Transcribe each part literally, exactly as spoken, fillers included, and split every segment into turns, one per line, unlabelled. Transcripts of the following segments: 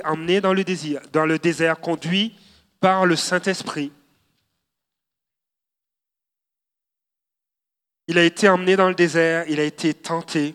emmené dans le désir, dans le désert, conduit par le Saint-Esprit. Il a été emmené dans le désert, il a été tenté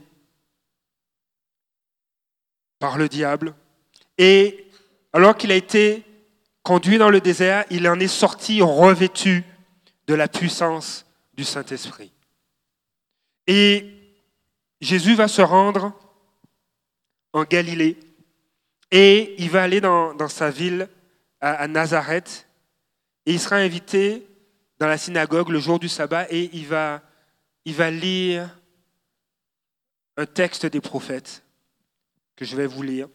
par le diable. Et alors qu'il a été conduit dans le désert, il en est sorti revêtu de la puissance du Saint-Esprit. Et Jésus va se rendre en Galilée et il va aller dans, dans sa ville, à, à Nazareth, et il sera invité dans la synagogue le jour du sabbat et il va, il va lire un texte des prophètes que je vais vous lire.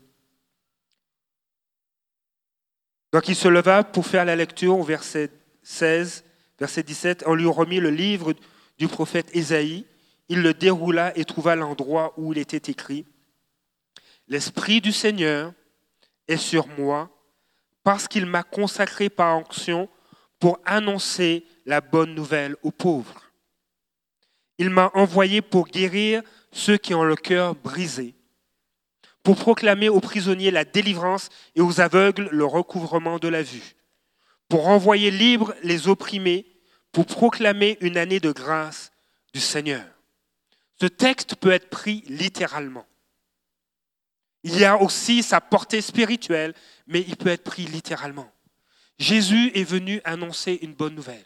Donc il se leva pour faire la lecture au verset seize, verset dix-sept. On lui remit le livre du prophète Ésaïe. Il le déroula et trouva l'endroit où il était écrit « L'Esprit du Seigneur est sur moi parce qu'il m'a consacré par onction pour annoncer la bonne nouvelle aux pauvres. Il m'a envoyé pour guérir ceux qui ont le cœur brisé, pour proclamer aux prisonniers la délivrance et aux aveugles le recouvrement de la vue, pour envoyer libres les opprimés, pour proclamer une année de grâce du Seigneur. » Ce texte peut être pris littéralement. Il y a aussi sa portée spirituelle, mais il peut être pris littéralement. Jésus est venu annoncer une bonne nouvelle.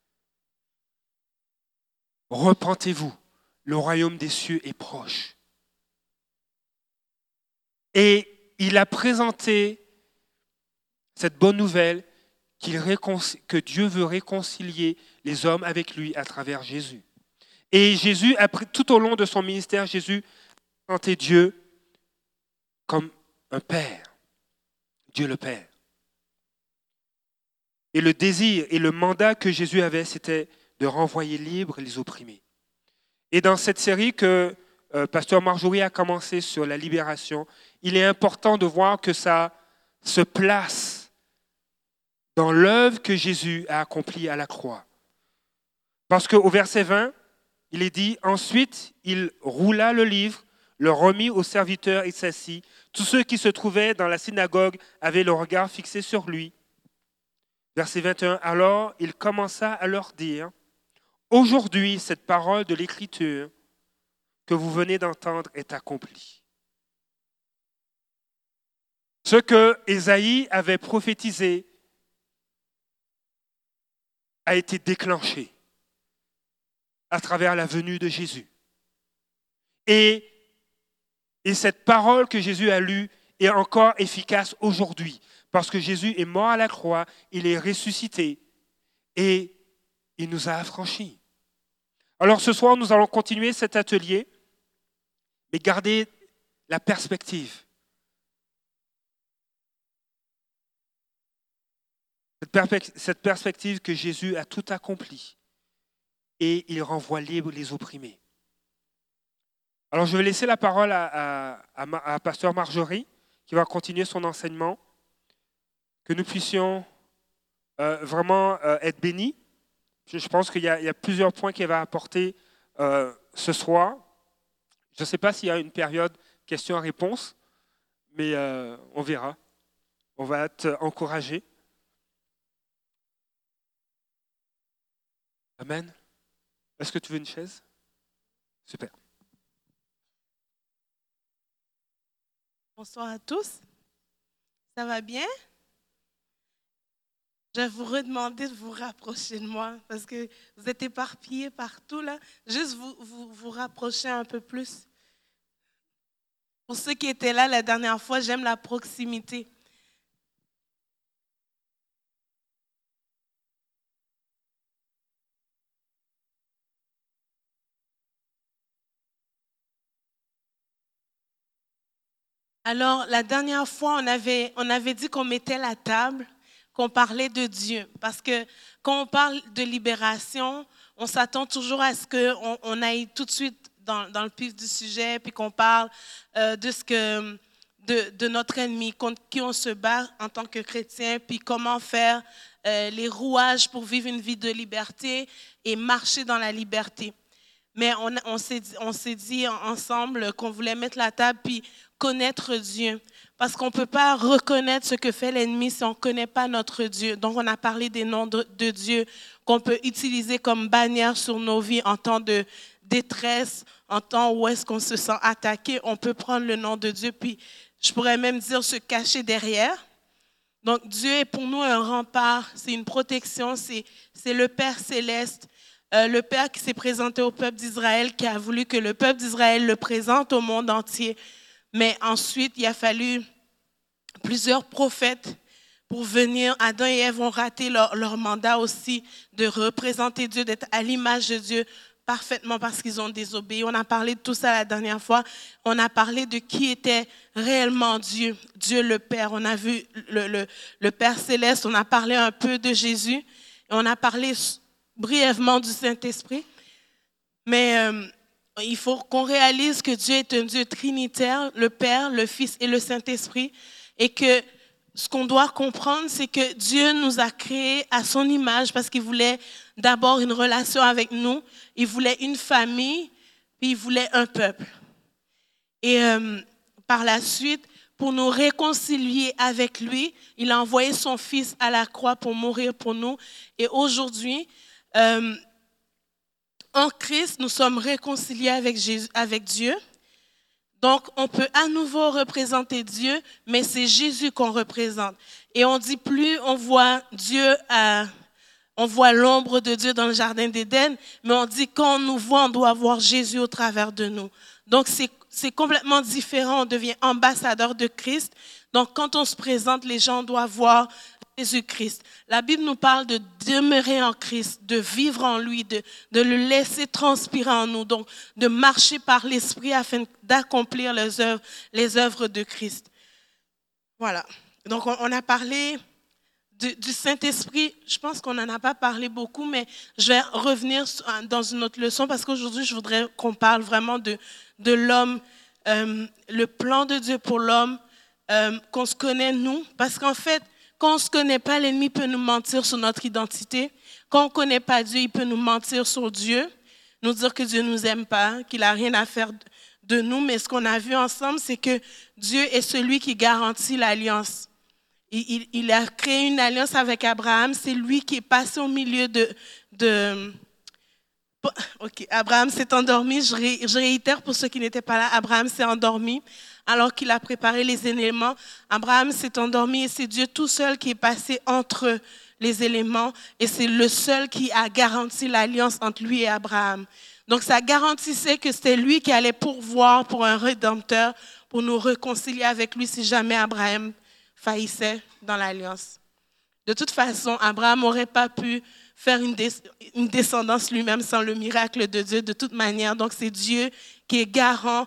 Repentez-vous, le royaume des cieux est proche. Et il a présenté cette bonne nouvelle qu'il réconci- que Dieu veut réconcilier les hommes avec lui à travers Jésus. Et Jésus, après, tout au long de son ministère, Jésus a présenté Dieu comme un Père, Dieu le Père. Et le désir et le mandat que Jésus avait, c'était de renvoyer libres les opprimés. Et dans cette série que euh, Pasteur Marjorie a commencé sur la libération, il est important de voir que ça se place dans l'œuvre que Jésus a accomplie à la croix. Parce qu'au verset vingt, il est dit « Ensuite, il roula le livre, le remit aux serviteurs et s'assit. Tous ceux qui se trouvaient dans la synagogue avaient le regard fixé sur lui. » Verset vingt et un, « Alors il commença à leur dire, « Aujourd'hui, cette parole de l'Écriture que vous venez d'entendre est accomplie. » Ce que Ésaïe avait prophétisé a été déclenché à travers la venue de Jésus. Et, et cette parole que Jésus a lue est encore efficace aujourd'hui, parce que Jésus est mort à la croix, il est ressuscité et il nous a affranchis. Alors ce soir, nous allons continuer cet atelier, mais garder la perspective. Cette perspective que Jésus a tout accompli et il renvoie libre les opprimés. Alors je vais laisser la parole à, à, à, à Pasteur Marjorie qui va continuer son enseignement, que nous puissions euh, vraiment euh, être bénis. Je, je pense qu'il y a, il y a plusieurs points qu'elle va apporter euh, ce soir. Je ne sais pas s'il y a une période questions-réponses, mais euh, on verra. On va être encouragés. Amen. Est-ce que tu veux une chaise? Super.
Bonsoir à tous. Ça va bien? Je vais vous redemander de vous rapprocher de moi parce que vous êtes éparpillés partout là. Juste vous, vous, vous rapprocher un peu plus. Pour ceux qui étaient là la dernière fois, j'aime la proximité. Alors, la dernière fois, on avait, on avait dit qu'on mettait la table, qu'on parlait de Dieu. Parce que quand on parle de libération, on s'attend toujours à ce qu'on on aille tout de suite dans, dans le pif du sujet, puis qu'on parle euh, de, ce que, de, de notre ennemi, contre qui on se bat en tant que chrétien, puis comment faire euh, les rouages pour vivre une vie de liberté et marcher dans la liberté. Mais on, on, s'est, on s'est dit ensemble qu'on voulait mettre la table puis connaître Dieu. parce qu'on ne peut pas reconnaître ce que fait l'ennemi si on ne connaît pas notre Dieu. Donc, on a parlé des noms de, de Dieu qu'on peut utiliser comme bannière sur nos vies en temps de détresse, en temps où est-ce qu'on se sent attaqué. On peut prendre le nom de Dieu, puis je pourrais même dire se cacher derrière. Donc, Dieu est pour nous un rempart, c'est une protection, c'est, c'est le Père céleste, euh, le Père qui s'est présenté au peuple d'Israël, qui a voulu que le peuple d'Israël le présente au monde entier. Mais ensuite, il a fallu plusieurs prophètes pour venir. Adam et Ève ont raté leur, leur mandat aussi de représenter Dieu, d'être à l'image de Dieu parfaitement parce qu'ils ont désobéi. On a parlé de tout ça la dernière fois. On a parlé de qui était réellement Dieu, Dieu le Père. On a vu le, le, le Père céleste, on a parlé un peu de Jésus, et on a parlé brièvement du Saint-Esprit. Mais euh, il faut qu'on réalise que Dieu est un Dieu trinitaire, le Père, le Fils et le Saint-Esprit, et que ce qu'on doit comprendre, c'est que Dieu nous a créés à son image parce qu'il voulait d'abord une relation avec nous, il voulait une famille, puis il voulait un peuple. Et euh, par la suite, pour nous réconcilier avec lui, il a envoyé son Fils à la croix pour mourir pour nous. Et aujourd'hui, euh, en Christ, nous sommes réconciliés avec, Jésus, avec Dieu. Donc, on peut à nouveau représenter Dieu, mais c'est Jésus qu'on représente. Et on dit plus on voit Dieu, à, on voit l'ombre de Dieu dans le jardin d'Éden, mais on dit quand on nous voit, on doit voir Jésus au travers de nous. Donc, c'est, c'est complètement différent. On devient ambassadeur de Christ. Donc, quand on se présente, les gens doivent voir Jésus-Christ. La Bible nous parle de demeurer en Christ, de vivre en lui, de, de le laisser transpirer en nous, donc de marcher par l'Esprit afin d'accomplir les œuvres, les œuvres de Christ. Voilà. Donc, on, on a parlé de, du Saint-Esprit. Je pense qu'on n'en a pas parlé beaucoup, mais je vais revenir dans une autre leçon parce qu'aujourd'hui, je voudrais qu'on parle vraiment de, de l'homme, euh, le plan de Dieu pour l'homme, euh, qu'on se connaît nous, parce qu'en fait, quand on ne se connaît pas, l'ennemi peut nous mentir sur notre identité. Quand on ne connaît pas Dieu, il peut nous mentir sur Dieu, nous dire que Dieu ne nous aime pas, qu'il n'a rien à faire de nous. Mais ce qu'on a vu ensemble, c'est que Dieu est celui qui garantit l'alliance. Il, il, il a créé une alliance avec Abraham. C'est lui qui est passé au milieu de... de Ok, Abraham s'est endormi. Je, ré, je réitère pour ceux qui n'étaient pas là. Abraham s'est endormi alors qu'il a préparé les éléments. Abraham s'est endormi et c'est Dieu tout seul qui est passé entre les éléments et c'est le seul qui a garanti l'alliance entre lui et Abraham. Donc ça garantissait que c'était lui qui allait pourvoir pour un rédempteur, pour nous réconcilier avec lui si jamais Abraham faillissait dans l'alliance. De toute façon, Abraham n'aurait pas pu faire une, des, une descendance lui-même sans le miracle de Dieu de toute manière. Donc c'est Dieu qui est garant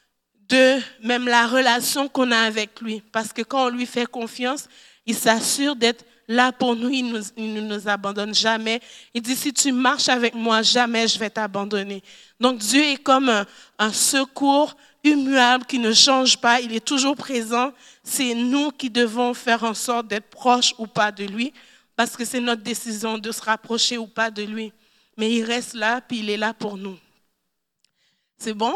de même la relation qu'on a avec lui. Parce que quand on lui fait confiance, il s'assure d'être là pour nous, il, nous, il ne nous abandonne jamais. Il dit, si tu marches avec moi, jamais je vais t'abandonner. Donc Dieu est comme un, un secours immuable qui ne change pas, il est toujours présent. C'est nous qui devons faire en sorte d'être proches ou pas de lui, parce que c'est notre décision de se rapprocher ou pas de lui. Mais il reste là, puis il est là pour nous. C'est bon?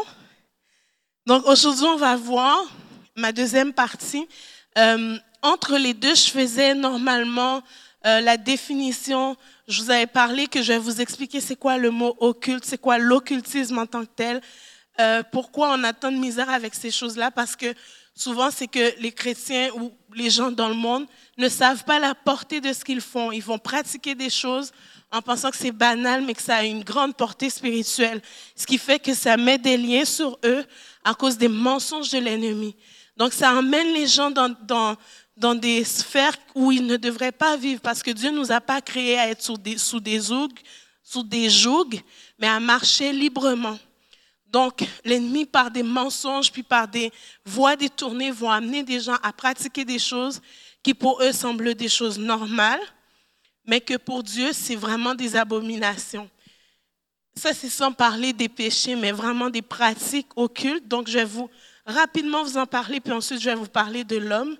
Donc aujourd'hui, on va voir ma deuxième partie. Euh, entre les deux, je faisais normalement euh, la définition. Je vous avais parlé que je vais vous expliquer c'est quoi le mot occulte, c'est quoi l'occultisme en tant que tel. Euh, pourquoi on a tant de misère avec ces choses-là? Parce que souvent, c'est que les chrétiens ou les gens dans le monde ne savent pas la portée de ce qu'ils font. Ils vont pratiquer des choses en pensant que c'est banal, mais que ça a une grande portée spirituelle. Ce qui fait que ça met des liens sur eux à cause des mensonges de l'ennemi. Donc, ça emmène les gens dans, dans, dans des sphères où ils ne devraient pas vivre parce que Dieu ne nous a pas créés à être sous des, sous des jougs, sous des jougs, mais à marcher librement. Donc, l'ennemi, par des mensonges, puis par des voies détournées, vont amener des gens à pratiquer des choses qui, pour eux, semblent des choses normales, mais que pour Dieu, c'est vraiment des abominations. Ça, c'est sans parler des péchés, mais vraiment des pratiques occultes. Donc, je vais vous rapidement vous en parler, puis ensuite, je vais vous parler de l'homme.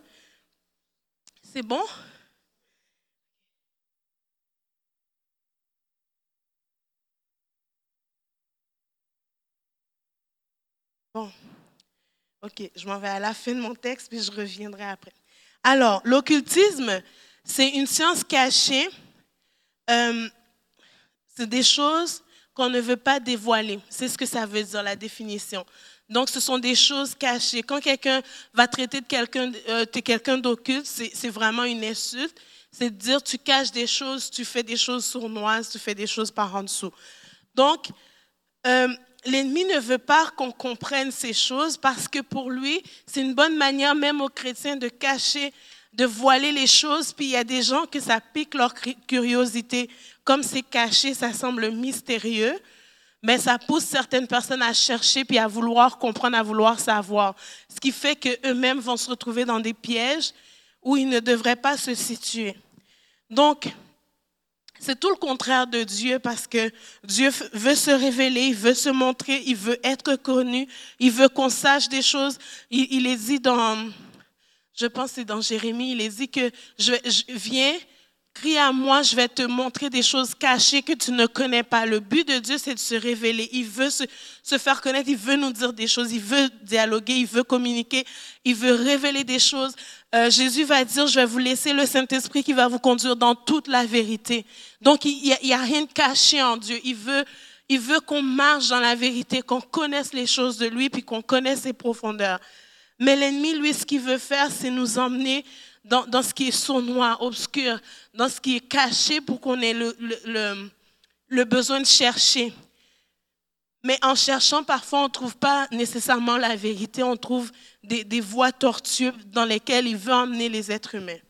C'est bon? Bon. OK, je m'en vais à la fin de mon texte, puis je reviendrai après. Alors, l'occultisme, c'est une science cachée. Euh, c'est des choses qu'on ne veut pas dévoiler. C'est ce que ça veut dire, la définition. Donc, ce sont des choses cachées. Quand quelqu'un va traiter de quelqu'un, euh, de quelqu'un d'occulte, c'est, c'est vraiment une insulte. C'est de dire, tu caches des choses, tu fais des choses sournoises, tu fais des choses par en dessous. Donc, euh, l'ennemi ne veut pas qu'on comprenne ces choses parce que pour lui, c'est une bonne manière même aux chrétiens de cacher, de voiler les choses. Puis il y a des gens que ça pique leur curiosité. Comme c'est caché, ça semble mystérieux, mais ça pousse certaines personnes à chercher puis à vouloir comprendre, à vouloir savoir. Ce qui fait qu'eux-mêmes vont se retrouver dans des pièges où ils ne devraient pas se situer. Donc, c'est tout le contraire de Dieu parce que Dieu veut se révéler, il veut se montrer, il veut être connu, il veut qu'on sache des choses. Il, il est dit dans, je pense que c'est dans Jérémie, il est dit que je, je viens, crie à moi, je vais te montrer des choses cachées que tu ne connais pas. Le but de Dieu, c'est de se révéler. Il veut se, se faire connaître, il veut nous dire des choses, il veut dialoguer, il veut communiquer, il veut révéler des choses. Euh, Jésus va dire, je vais vous laisser le Saint-Esprit qui va vous conduire dans toute la vérité. Donc, il n'y a, il y a rien de caché en Dieu. Il veut, il veut qu'on marche dans la vérité, qu'on connaisse les choses de lui, puis qu'on connaisse ses profondeurs. Mais l'ennemi, lui, ce qu'il veut faire, c'est nous emmener dans, dans ce qui est sournois, obscur, dans ce qui est caché pour qu'on ait le, le, le, le besoin de chercher. Mais en cherchant, parfois, on ne trouve pas nécessairement la vérité, on trouve des, des voies tortueuses dans lesquelles il veut emmener les êtres humains.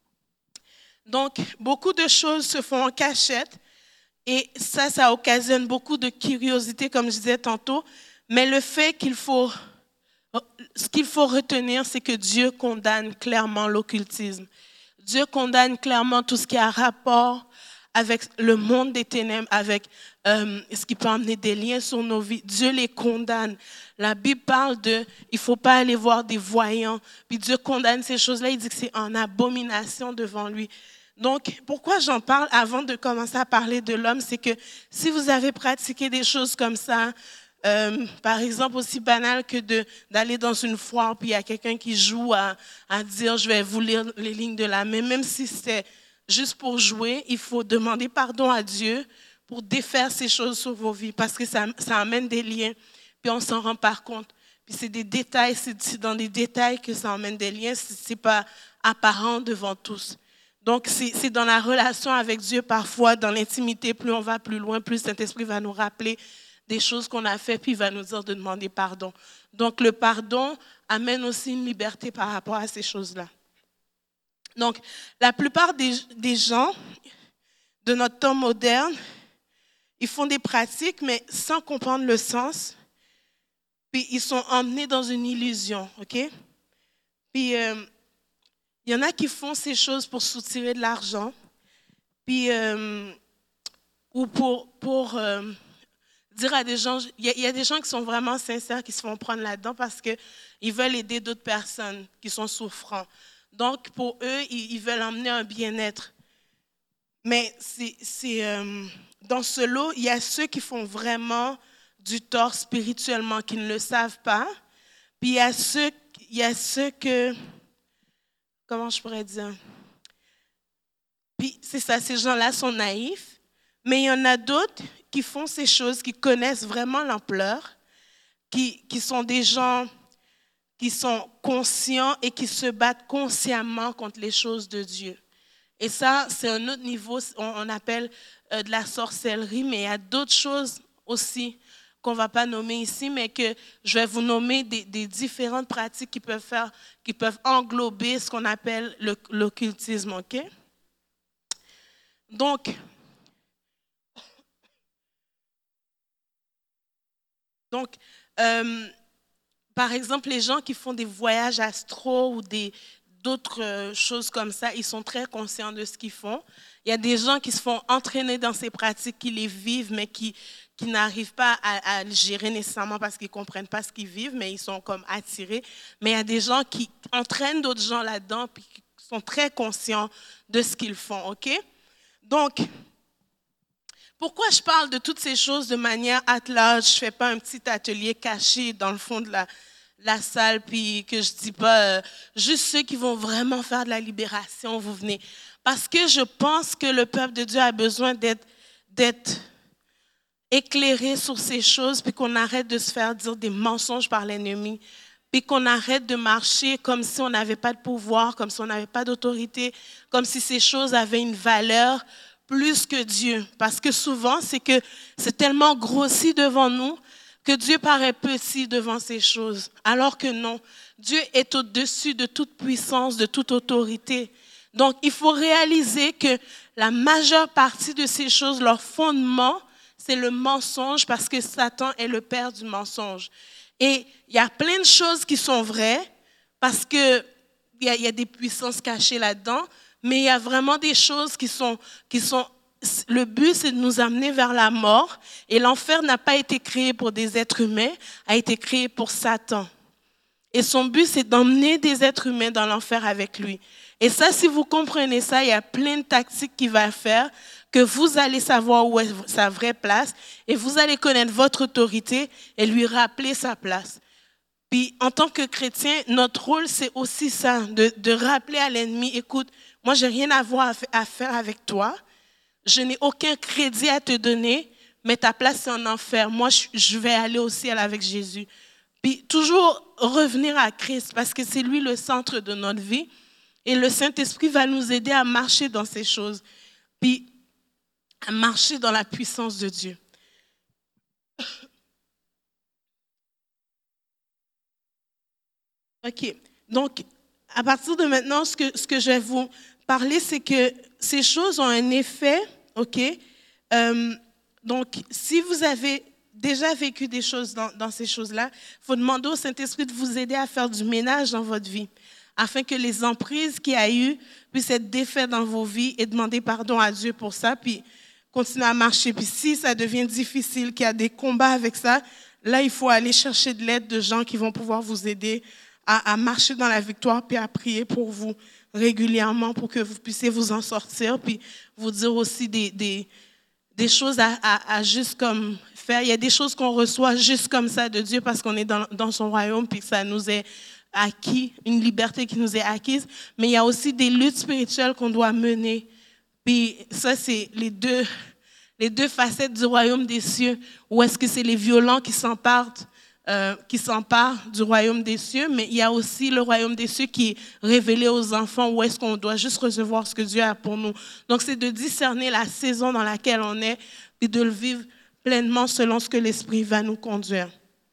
Donc, beaucoup de choses se font en cachette et ça, ça occasionne beaucoup de curiosité, comme je disais tantôt. Mais le fait qu'il faut, ce qu'il faut retenir, c'est que Dieu condamne clairement l'occultisme. Dieu condamne clairement tout ce qui a rapport avec le monde des ténèbres, avec euh, ce qui peut amener des liens sur nos vies. Dieu les condamne. La Bible parle de, il ne faut pas aller voir des voyants. Puis Dieu condamne ces choses-là. Il dit que c'est en abomination devant lui. Donc, pourquoi j'en parle avant de commencer à parler de l'homme, c'est que si vous avez pratiqué des choses comme ça, euh, par exemple aussi banal que de, d'aller dans une foire, puis il y a quelqu'un qui joue à, à dire, je vais vous lire les lignes de la main, même si c'est juste pour jouer, il faut demander pardon à Dieu pour défaire ces choses sur vos vies parce que ça, ça amène des liens, puis on ne s'en rend pas compte. Puis c'est des détails, c'est dans des détails que ça emmène des liens, ce n'est pas apparent devant tous. Donc c'est, c'est dans la relation avec Dieu parfois, dans l'intimité, plus on va plus loin, plus Saint-Esprit va nous rappeler des choses qu'on a fait, puis il va nous dire de demander pardon. Donc le pardon amène aussi une liberté par rapport à ces choses-là. Donc, la plupart des, des gens de notre temps moderne, ils font des pratiques, mais sans comprendre le sens. Puis, ils sont emmenés dans une illusion, OK? Puis, euh, il y en a qui font ces choses pour soutirer de l'argent, puis, euh, ou pour, pour euh, dire à des gens, il y, y a des gens qui sont vraiment sincères, qui se font prendre là-dedans parce qu'ils veulent aider d'autres personnes qui sont souffrants. Donc, pour eux, ils veulent emmener un bien-être. Mais c'est, c'est, euh, dans ce lot, il y a ceux qui font vraiment du tort spirituellement, qui ne le savent pas. Puis il y a ceux, il y a ceux que, comment je pourrais dire? Puis c'est ça, ces gens-là sont naïfs. Mais il y en a d'autres qui font ces choses, qui connaissent vraiment l'ampleur, qui, qui sont des gens qui sont conscients et qui se battent consciemment contre les choses de Dieu. Et ça, c'est un autre niveau, on appelle euh, de la sorcellerie, mais il y a d'autres choses aussi qu'on ne va pas nommer ici, mais que je vais vous nommer des, des différentes pratiques qui peuvent faire, qui peuvent englober ce qu'on appelle le, l'occultisme, OK? Donc, donc euh, par exemple, les gens qui font des voyages astraux ou des, d'autres euh, choses comme ça, ils sont très conscients de ce qu'ils font. Il y a des gens qui se font entraîner dans ces pratiques, qui les vivent, mais qui, qui n'arrivent pas à, à le gérer nécessairement parce qu'ils ne comprennent pas ce qu'ils vivent, mais ils sont comme attirés. Mais il y a des gens qui entraînent d'autres gens là-dedans puis qui sont très conscients de ce qu'ils font, OK? Donc, pourquoi je parle de toutes ces choses de manière at large? Je ne fais pas un petit atelier caché dans le fond de la, la salle, puis que je dis pas euh, juste ceux qui vont vraiment faire de la libération, vous venez. Parce que je pense que le peuple de Dieu a besoin d'être, d'être éclairé sur ces choses, puis qu'on arrête de se faire dire des mensonges par l'ennemi, puis qu'on arrête de marcher comme si on n'avait pas de pouvoir, comme si on n'avait pas d'autorité, comme si ces choses avaient une valeur plus que Dieu. Parce que souvent, c'est que c'est tellement grossi devant nous que Dieu paraît petit devant ces choses, alors que non. Dieu est au-dessus de toute puissance, de toute autorité. Donc, il faut réaliser que la majeure partie de ces choses, leur fondement, c'est le mensonge parce que Satan est le père du mensonge. Et il y a plein de choses qui sont vraies parce qu'il y, y a des puissances cachées là-dedans, mais il y a vraiment des choses qui sont, qui sont... Le but, c'est de nous amener vers la mort. Et l'enfer n'a pas été créé pour des êtres humains, a été créé pour Satan. Et son but, c'est d'emmener des êtres humains dans l'enfer avec lui. Et ça, si vous comprenez ça, il y a plein de tactiques qu'il va faire, que vous allez savoir où est sa vraie place, et vous allez connaître votre autorité et lui rappeler sa place. Puis, en tant que chrétien, notre rôle, c'est aussi ça, de, de rappeler à l'ennemi, écoute, moi, j'ai rien à voir à faire avec toi, je n'ai aucun crédit à te donner, mais ta place, c'est en enfer. Moi, je, je vais aller au ciel avec Jésus. Puis, toujours revenir à Christ, parce que c'est lui le centre de notre vie. Et le Saint-Esprit va nous aider à marcher dans ces choses, puis à marcher dans la puissance de Dieu. OK. Donc, à partir de maintenant, ce que, ce que je vais vous parler, c'est que ces choses ont un effet, OK? Euh, donc, si vous avez déjà vécu des choses dans, dans ces choses-là, il faut demander au Saint-Esprit de vous aider à faire du ménage dans votre vie, afin que les emprises qu'il y a eu puissent être défaites dans vos vies et demander pardon à Dieu pour ça, puis continuer à marcher. Puis si ça devient difficile, qu'il y a des combats avec ça, là, il faut aller chercher de l'aide de gens qui vont pouvoir vous aider à, à marcher dans la victoire, puis à prier pour vous régulièrement pour que vous puissiez vous en sortir, puis vous dire aussi des, des, des choses à, à, à juste comme faire. Il y a des choses qu'on reçoit juste comme ça de Dieu parce qu'on est dans, dans son royaume, puis que ça nous est acquis, une liberté qui nous est acquise, mais il y a aussi des luttes spirituelles qu'on doit mener. Puis ça, c'est les deux, les deux facettes du royaume des cieux, où est-ce que c'est les violents qui s'emparent, euh, qui s'emparent du royaume des cieux, mais il y a aussi le royaume des cieux qui est révélé aux enfants, où est-ce qu'on doit juste recevoir ce que Dieu a pour nous. Donc, c'est de discerner la saison dans laquelle on est, et de le vivre pleinement selon ce que l'Esprit va nous conduire.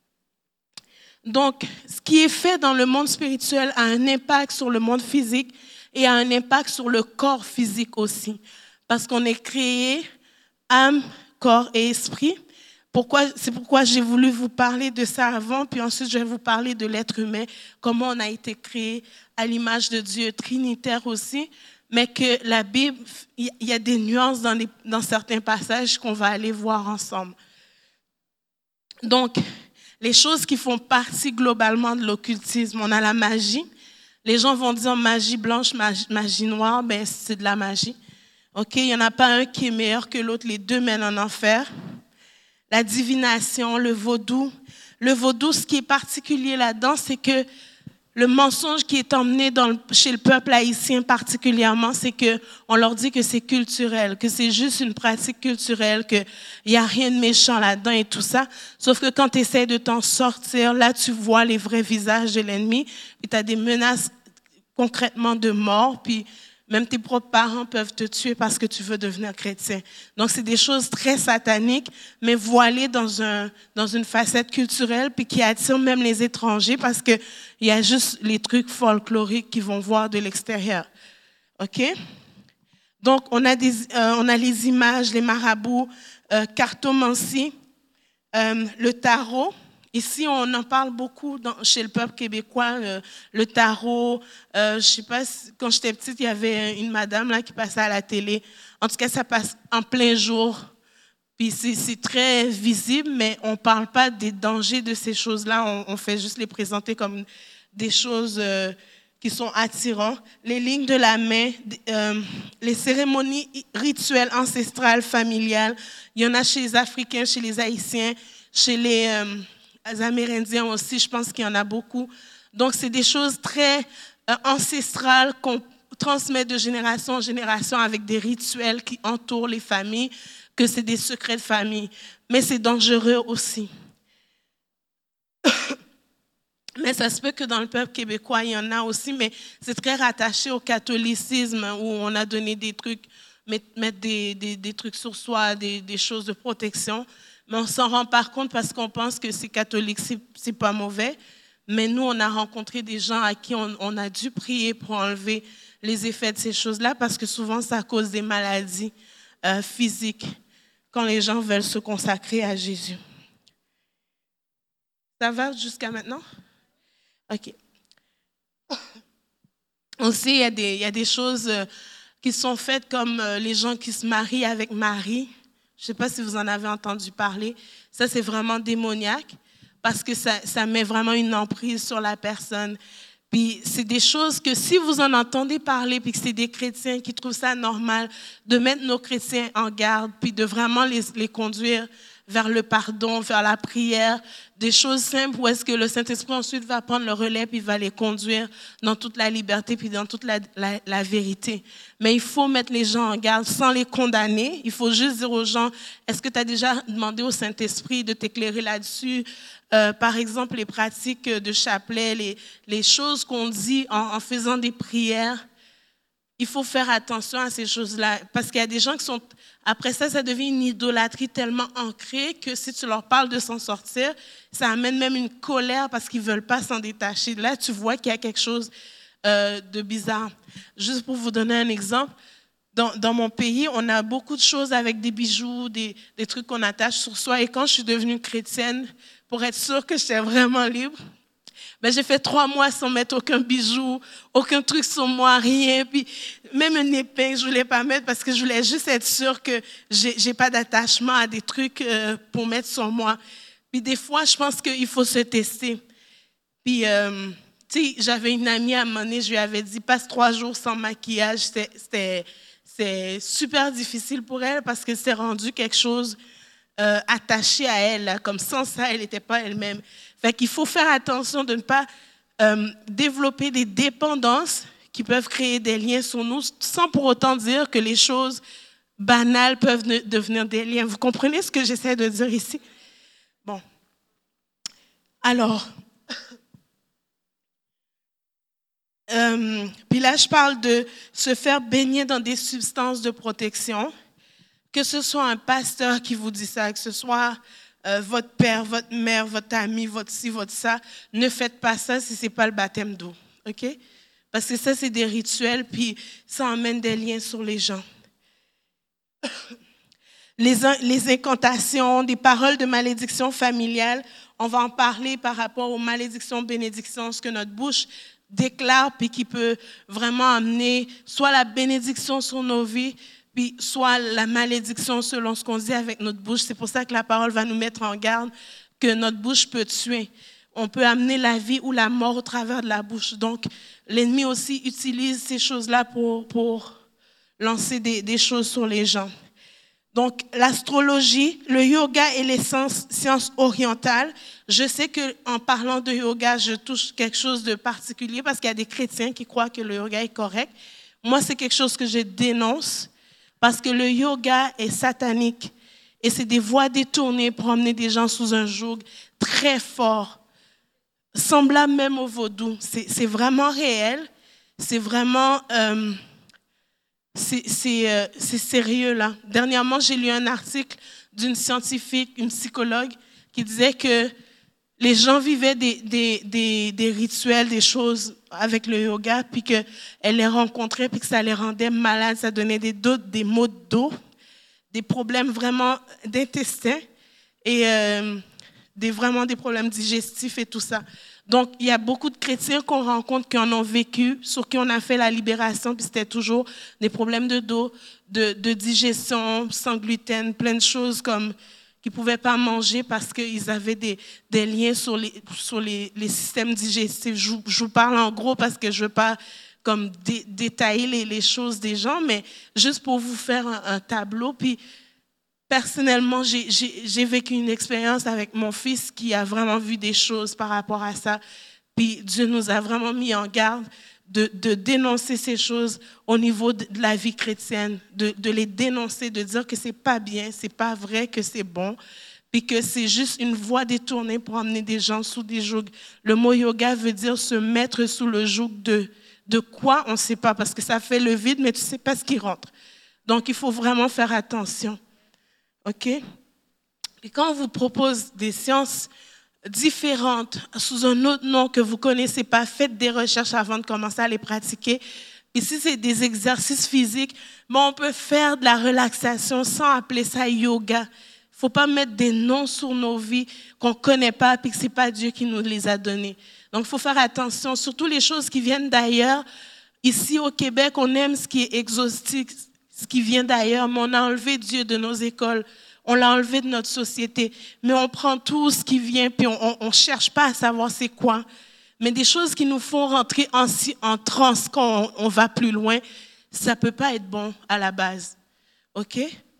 Donc, ce qui est fait dans le monde spirituel a un impact sur le monde physique et a un impact sur le corps physique aussi. Parce qu'on est créé âme, corps et esprit. Pourquoi, c'est pourquoi j'ai voulu vous parler de ça avant, puis ensuite je vais vous parler de l'être humain, comment on a été créé à l'image de Dieu, trinitaire aussi, mais que la Bible, il y a des nuances dans, les, dans certains passages qu'on va aller voir ensemble. Donc, les choses qui font partie globalement de l'occultisme, on a la magie. Les gens vont dire magie blanche, magie, magie noire, ben c'est de la magie. OK, il n'y en a pas un qui est meilleur que l'autre, les deux mènent en enfer. La divination, le vaudou. Le vaudou, ce qui est particulier là-dedans, c'est que le mensonge qui est emmené dans le, chez le peuple haïtien particulièrement, c'est qu'on leur dit que c'est culturel, que c'est juste une pratique culturelle, qu'il n'y a rien de méchant là-dedans et tout ça. Sauf que quand tu essaies de t'en sortir, là, tu vois les vrais visages de l'ennemi, puis tu as des menaces concrètement de mort, puis même tes propres parents peuvent te tuer parce que tu veux devenir chrétien. Donc, c'est des choses très sataniques, mais voilées dans, un, dans une facette culturelle, puis qui attirent même les étrangers parce qu'il y a juste les trucs folkloriques qu'ils vont voir de l'extérieur. OK? Donc, on a, des, euh, on a les images, les marabouts, euh, cartomancie, euh, le tarot. Ici, on en parle beaucoup dans, chez le peuple québécois, le, le tarot. Euh, je ne sais pas, si, quand j'étais petite, il y avait une madame là, qui passait à la télé. En tout cas, ça passe en plein jour. Puis c'est, c'est très visible, mais on ne parle pas des dangers de ces choses-là. On, on fait juste les présenter comme des choses euh, qui sont attirantes. Les lignes de la main, euh, les cérémonies rituelles ancestrales, familiales. Il y en a chez les Africains, chez les Haïtiens, chez les... Euh, Amérindiens aussi, je pense qu'il y en a beaucoup. Donc, c'est des choses très euh, ancestrales qu'on transmet de génération en génération avec des rituels qui entourent les familles, que c'est des secrets de famille. Mais c'est dangereux aussi. Mais ça se peut que dans le peuple québécois, il y en a aussi, mais c'est très rattaché au catholicisme où on a donné des trucs, mettre des, des, des trucs sur soi, des, des choses de protection. Mais on ne s'en rend pas compte parce qu'on pense que c'est catholique, c'est, c'est pas mauvais. Mais nous, on a rencontré des gens à qui on, on a dû prier pour enlever les effets de ces choses-là parce que souvent, ça cause des maladies euh, physiques quand les gens veulent se consacrer à Jésus. Ça va jusqu'à maintenant? OK. Aussi, il y a des, il y a des choses qui sont faites comme les gens qui se marient avec Marie. Je ne sais pas si vous en avez entendu parler. Ça, c'est vraiment démoniaque parce que ça, ça met vraiment une emprise sur la personne. Puis, c'est des choses que si vous en entendez parler, puis que c'est des chrétiens qui trouvent ça normal, de mettre nos chrétiens en garde, puis de vraiment les, les conduire vers le pardon, vers la prière, des choses simples où est-ce que le Saint-Esprit ensuite va prendre le relais puis va les conduire dans toute la liberté puis dans toute la, la, la vérité. Mais il faut mettre les gens en garde sans les condamner. Il faut juste dire aux gens, est-ce que tu as déjà demandé au Saint-Esprit de t'éclairer là-dessus? Euh, par exemple, les pratiques de chapelet, les, les choses qu'on dit en, en faisant des prières. Il faut faire attention à ces choses-là parce qu'il y a des gens qui sont... Après ça, ça devient une idolâtrie tellement ancrée que si tu leur parles de s'en sortir, ça amène même une colère parce qu'ils ne veulent pas s'en détacher. Là, tu vois qu'il y a quelque chose euh, de bizarre. Juste pour vous donner un exemple, dans, dans mon pays, on a beaucoup de choses avec des bijoux, des, des trucs qu'on attache sur soi. Et quand je suis devenue chrétienne, pour être sûre que j'étais vraiment libre, ben, j'ai fait trois mois sans mettre aucun bijou, aucun truc sur moi, rien. Puis même une épingle, je ne voulais pas mettre parce que je voulais juste être sûre que je n'ai pas d'attachement à des trucs euh, pour mettre sur moi. Puis des fois, je pense qu'il faut se tester. Puis, euh, tu sais, j'avais une amie à un moment donné, je lui avais dit, passe trois jours sans maquillage. C'était, c'était, c'était super difficile pour elle parce que c'est rendu quelque chose euh, attaché à elle. Là, comme sans ça, elle n'était pas elle-même. Fait qu'il faut faire attention de ne pas euh, développer des dépendances qui peuvent créer des liens sur nous sans pour autant dire que les choses banales peuvent ne, devenir des liens. Vous comprenez ce que j'essaie de dire ici? Bon. Alors, euh, puis là, je parle de se faire baigner dans des substances de protection, que ce soit un pasteur qui vous dit ça, que ce soit... Euh, votre père, votre mère, votre ami, votre ci, votre ça, ne faites pas ça si ce n'est pas le baptême d'eau. OK? Parce que ça, c'est des rituels, puis ça emmène des liens sur les gens. Les, les incantations, des paroles de malédiction familiale, on va en parler par rapport aux malédictions, bénédictions, ce que notre bouche déclare, puis qui peut vraiment amener soit la bénédiction sur nos vies, puis soit la malédiction selon ce qu'on dit avec notre bouche. C'est pour ça que la parole va nous mettre en garde que notre bouche peut tuer. On peut amener la vie ou la mort au travers de la bouche. Donc, l'ennemi aussi utilise ces choses-là pour, pour lancer des, des choses sur les gens. Donc, l'astrologie, le yoga et les sciences, sciences orientales. Je sais qu'en parlant de yoga, je touche quelque chose de particulier parce qu'il y a des chrétiens qui croient que le yoga est correct. Moi, c'est quelque chose que je dénonce. Parce que le yoga est satanique et c'est des voies détournées pour emmener des gens sous un joug très fort, semblable même au vaudou. C'est, c'est vraiment réel, c'est vraiment, euh, c'est, c'est, euh, c'est sérieux là. Dernièrement, j'ai lu un article d'une scientifique, une psychologue, qui disait que les gens vivaient des, des, des, des rituels, des choses avec le yoga, puis qu'elle les rencontrait, puis que ça les rendait malades, ça donnait des doutes, des maux de dos, des problèmes vraiment d'intestin et euh, des, vraiment des problèmes digestifs et tout ça. Donc, il y a beaucoup de chrétiens qu'on rencontre qui en ont vécu, sur qui on a fait la libération, puis c'était toujours des problèmes de dos, de, de digestion, sans gluten, plein de choses comme... qui ne pouvaient pas manger parce qu'ils avaient des, des liens sur les, sur les, les systèmes digestifs. Je, je vous parle en gros parce que je ne veux pas comme dé, détailler les, les choses des gens, mais juste pour vous faire un, un tableau. Puis, personnellement, j'ai, j'ai, j'ai vécu une expérience avec mon fils qui a vraiment vu des choses par rapport à ça. Puis Dieu nous a vraiment mis en garde de, de dénoncer ces choses au niveau de, de la vie chrétienne, de, de les dénoncer, de dire que c'est pas bien, c'est pas vrai, que c'est bon, puis que c'est juste une voie détournée pour amener des gens sous des jougs. Le mot yoga veut dire se mettre sous le joug de, de quoi, on ne sait pas, parce que ça fait le vide, mais tu ne sais pas ce qui rentre. Donc, il faut vraiment faire attention. OK? Et quand on vous propose des sciences différentes, sous un autre nom que vous ne connaissez pas, faites des recherches avant de commencer à les pratiquer. Et si c'est des exercices physiques, bon, on peut faire de la relaxation sans appeler ça yoga. Il ne faut pas mettre des noms sur nos vies qu'on ne connaît pas et que ce n'est pas Dieu qui nous les a donnés. Donc, il faut faire attention, surtout les choses qui viennent d'ailleurs. Ici, au Québec, on aime ce qui est exotique, ce qui vient d'ailleurs, mais on a enlevé Dieu de nos écoles. On l'a enlevé de notre société. Mais on prend tout ce qui vient, puis on ne cherche pas à savoir c'est quoi. Mais des choses qui nous font rentrer en, en transe quand on, on va plus loin, ça ne peut pas être bon à la base. OK?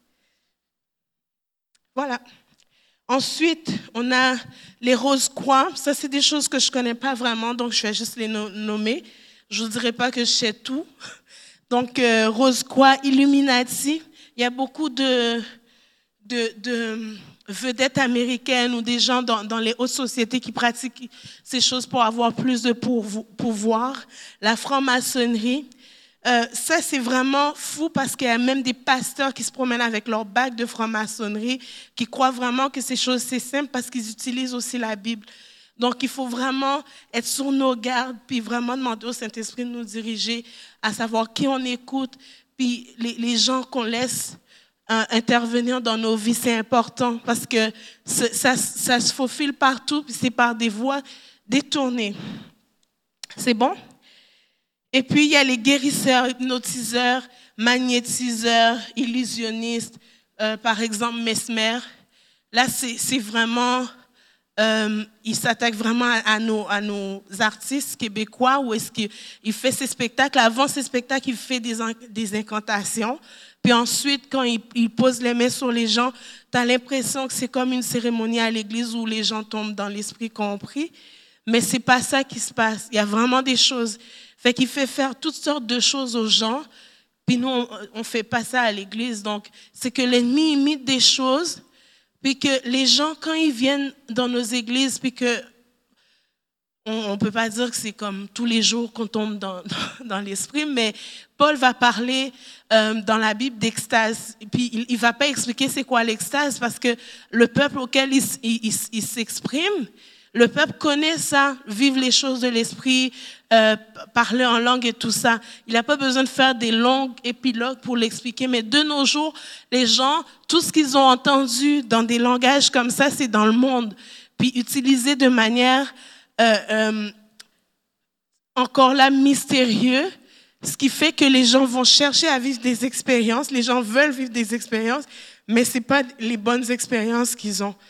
Voilà. Ensuite, on a les rose-croix. Ça, c'est des choses que je ne connais pas vraiment, donc je vais juste les no- nommer. Je ne vous dirai pas que je sais tout. Donc, euh, rose-croix, Illuminati. Il y a beaucoup de, de, de vedettes américaines ou des gens dans, dans les hautes sociétés qui pratiquent ces choses pour avoir plus de pouvoir. La franc-maçonnerie. Euh, ça, c'est vraiment fou parce qu'il y a même des pasteurs qui se promènent avec leur bague de franc-maçonnerie, qui croient vraiment que ces choses, c'est simple parce qu'ils utilisent aussi la Bible. Donc, il faut vraiment être sur nos gardes, puis vraiment demander au Saint-Esprit de nous diriger, à savoir qui on écoute, puis les, les gens qu'on laisse euh, intervenir dans nos vies, c'est important parce que ça, ça, ça se faufile partout, puis c'est par des voies détournées. C'est bon? Et puis, il y a les guérisseurs, hypnotiseurs, magnétiseurs, illusionnistes, euh, par exemple, Mesmer. Là, c'est, c'est vraiment, euh, il s'attaque vraiment à, à, nos, à nos artistes québécois, où est-ce qu'il fait ses spectacles. Avant ses spectacles, il fait des, des incantations. Puis ensuite, quand il, il pose les mains sur les gens, tu as l'impression que c'est comme une cérémonie à l'église où les gens tombent dans l'esprit compris. Mais ce n'est pas ça qui se passe. Il y a vraiment des choses. Fait qu'il fait faire toutes sortes de choses aux gens, puis nous, on ne fait pas ça à l'église. Donc, c'est que l'ennemi imite des choses, puis que les gens, quand ils viennent dans nos églises, puis que on ne peut pas dire que c'est comme tous les jours qu'on tombe dans, dans, dans l'esprit, mais Paul va parler euh, dans la Bible d'extase. Et puis, il ne va pas expliquer c'est quoi l'extase, parce que le peuple auquel il, il, il, il s'exprime, le peuple connaît ça, vivre les choses de l'esprit, euh, parler en langue et tout ça. Il n'a pas besoin de faire des longues épilogues pour l'expliquer. Mais de nos jours, les gens, tout ce qu'ils ont entendu dans des langages comme ça, c'est dans le monde. Puis utilisé de manière euh, euh, encore là mystérieuse, ce qui fait que les gens vont chercher à vivre des expériences. Les gens veulent vivre des expériences, mais ce n'est pas les bonnes expériences qu'ils ont.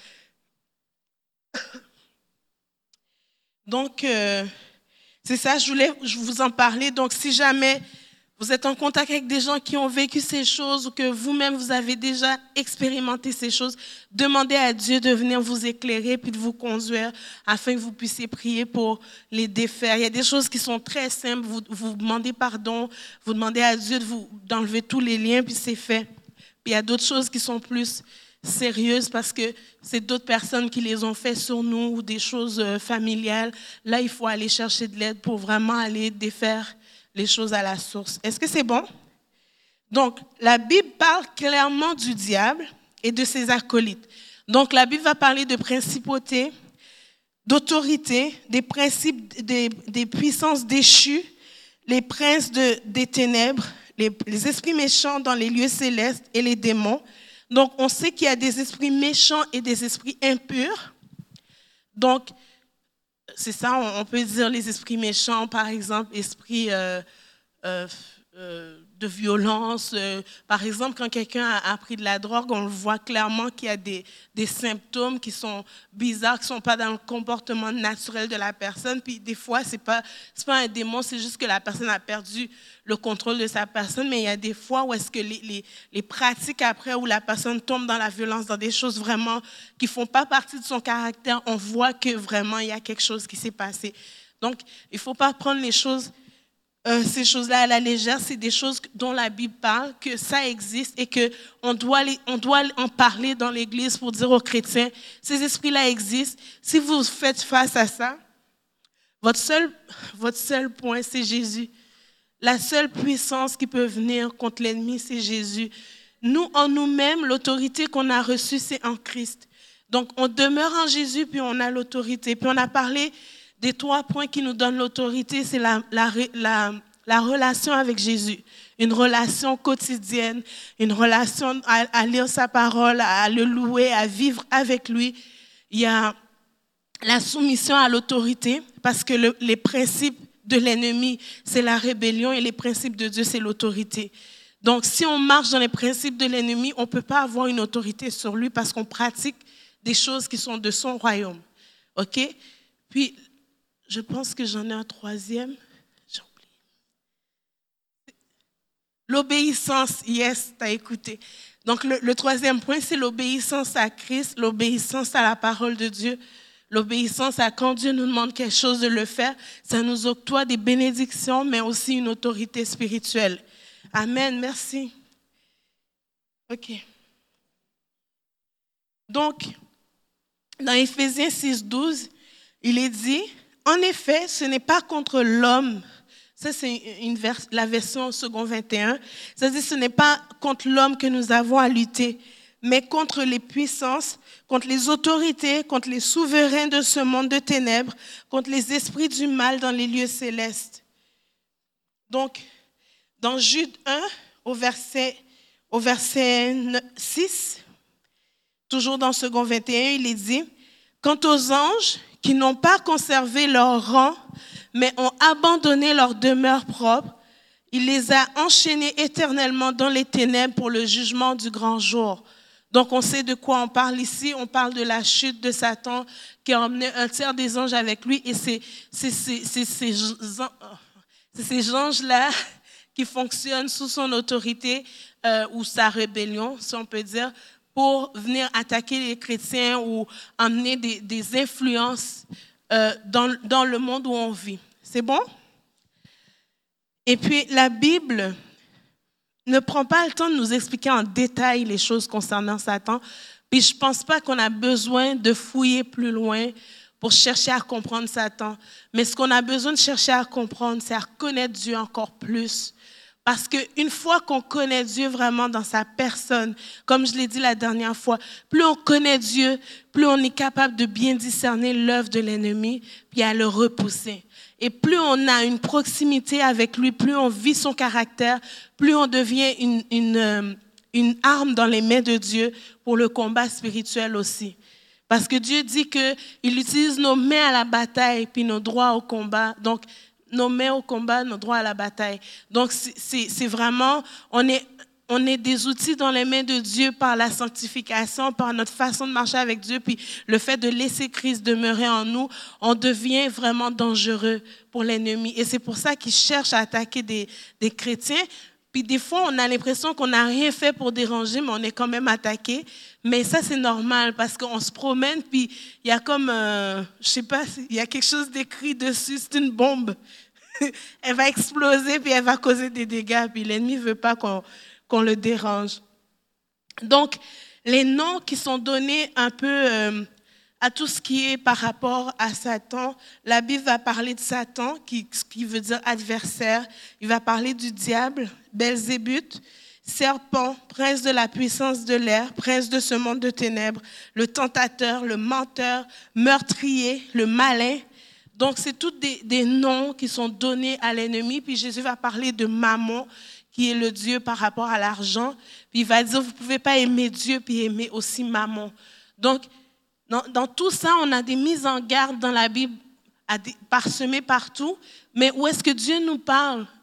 Donc, euh, c'est ça, je voulais je vous en parler. Donc, si jamais vous êtes en contact avec des gens qui ont vécu ces choses ou que vous-même, vous avez déjà expérimenté ces choses, demandez à Dieu de venir vous éclairer puis de vous conduire afin que vous puissiez prier pour les défaire. Il y a des choses qui sont très simples. Vous, vous demandez pardon, vous demandez à Dieu de vous, d'enlever tous les liens, puis c'est fait. Puis il y a d'autres choses qui sont plus sérieuses parce que c'est d'autres personnes qui les ont fait sur nous ou des choses euh, familiales. Là, il faut aller chercher de l'aide pour vraiment aller défaire les choses à la source. Est-ce que c'est bon? Donc, la Bible parle clairement du diable et de ses acolytes. Donc, la Bible va parler de principauté, d'autorité, des principes, des, des puissances déchues, les princes de, des ténèbres, les, les esprits méchants dans les lieux célestes et les démons. Donc, on sait qu'il y a des esprits méchants et des esprits impurs. Donc, c'est ça, on peut dire les esprits méchants, par exemple, esprit euh, euh, euh, de violence. Euh, par exemple, quand quelqu'un a, a pris de la drogue, on le voit clairement qu'il y a des, des symptômes qui sont bizarres, qui ne sont pas dans le comportement naturel de la personne. Puis des fois, ce n'est pas, c'est pas un démon, c'est juste que la personne a perdu le contrôle de sa personne. Mais il y a des fois où est-ce que les, les, les pratiques après, où la personne tombe dans la violence, dans des choses vraiment qui ne font pas partie de son caractère, on voit que vraiment il y a quelque chose qui s'est passé. Donc, il ne faut pas prendre les choses... Euh, ces choses-là à la légère, c'est des choses dont la Bible parle, que ça existe et qu'on doit, les, on doit en parler dans l'Église pour dire aux chrétiens, ces esprits-là existent. Si vous faites face à ça, votre seul, votre seul point, c'est Jésus. La seule puissance qui peut venir contre l'ennemi, c'est Jésus. Nous, en nous-mêmes, l'autorité qu'on a reçue, c'est en Christ. Donc, on demeure en Jésus, puis on a l'autorité. Puis on a parlé... des trois points qui nous donnent l'autorité, c'est la, la, la, la relation avec Jésus. Une relation quotidienne, une relation à, à lire sa parole, à le louer, à vivre avec lui. Il y a la soumission à l'autorité, parce que le, les principes de l'ennemi, c'est la rébellion, et les principes de Dieu, c'est l'autorité. Donc, si on marche dans les principes de l'ennemi, on ne peut pas avoir une autorité sur lui parce qu'on pratique des choses qui sont de son royaume. OK? Puis, je pense que j'en ai un troisième. J'ai oublié. L'obéissance, yes, tu as écouté. Donc, le, le troisième point, c'est l'obéissance à Christ, l'obéissance à la parole de Dieu, l'obéissance à quand Dieu nous demande quelque chose de le faire. Ça nous octroie des bénédictions, mais aussi une autorité spirituelle. Amen, merci. OK. Donc, dans Éphésiens six, douze, il est dit... En effet, ce n'est pas contre l'homme, ça c'est une vers, la version second vingt et un, ça dit ce n'est pas contre l'homme que nous avons à lutter, mais contre les puissances, contre les autorités, contre les souverains de ce monde de ténèbres, contre les esprits du mal dans les lieux célestes. Donc, dans Jude un, au verset, au verset six, toujours dans second vingt et un, il est dit « Quant aux anges, qui n'ont pas conservé leur rang, mais ont abandonné leur demeure propre, il les a enchaînés éternellement dans les ténèbres pour le jugement du grand jour. » Donc, on sait de quoi on parle ici. On parle de la chute de Satan qui a emmené un tiers des anges avec lui. Et c'est, c'est, c'est, c'est, c'est, c'est ces anges-là qui fonctionnent sous son autorité euh, ou sa rébellion, si on peut dire, pour venir attaquer les chrétiens ou amener des, des influences euh, dans, dans le monde où on vit. C'est bon? Et puis, la Bible ne prend pas le temps de nous expliquer en détail les choses concernant Satan. Puis, je ne pense pas qu'on a besoin de fouiller plus loin pour chercher à comprendre Satan. Mais ce qu'on a besoin de chercher à comprendre, c'est à connaître Dieu encore plus. Parce qu'une fois qu'on connaît Dieu vraiment dans sa personne, comme je l'ai dit la dernière fois, plus on connaît Dieu, plus on est capable de bien discerner l'œuvre de l'ennemi, puis à le repousser. Et plus on a une proximité avec lui, plus on vit son caractère, plus on devient une, une, une arme dans les mains de Dieu pour le combat spirituel aussi. Parce que Dieu dit qu'il utilise nos mains à la bataille, puis nos droits au combat. Donc, nos mains au combat, nos droits à la bataille. Donc, c'est, c'est, c'est vraiment, on est, on est des outils dans les mains de Dieu par la sanctification, par notre façon de marcher avec Dieu, puis le fait de laisser Christ demeurer en nous, on devient vraiment dangereux pour l'ennemi. Et c'est pour ça qu'il cherche à attaquer des, des chrétiens. Puis des fois, on a l'impression qu'on n'a rien fait pour déranger, mais on est quand même attaqué. Mais ça, c'est normal parce qu'on se promène, puis il y a comme, euh, je sais pas, il y a quelque chose d'écrit dessus, c'est une bombe. Elle va exploser, puis elle va causer des dégâts, puis l'ennemi ne veut pas qu'on, qu'on le dérange. Donc, les noms qui sont donnés un peu euh, à tout ce qui est par rapport à Satan, la Bible va parler de Satan, qui, qui veut dire adversaire. Il va parler du diable, Belzébuth, serpent, prince de la puissance de l'air, prince de ce monde de ténèbres, le tentateur, le menteur, meurtrier, le malin. Donc, c'est tous des, des noms qui sont donnés à l'ennemi. Puis Jésus va parler de Mammon, qui est le Dieu par rapport à l'argent. Puis il va dire, vous ne pouvez pas aimer Dieu puis aimer aussi Mammon. Donc, dans, dans tout ça, on a des mises en garde dans la Bible, à des, parsemées partout. Mais où est-ce que Dieu nous parle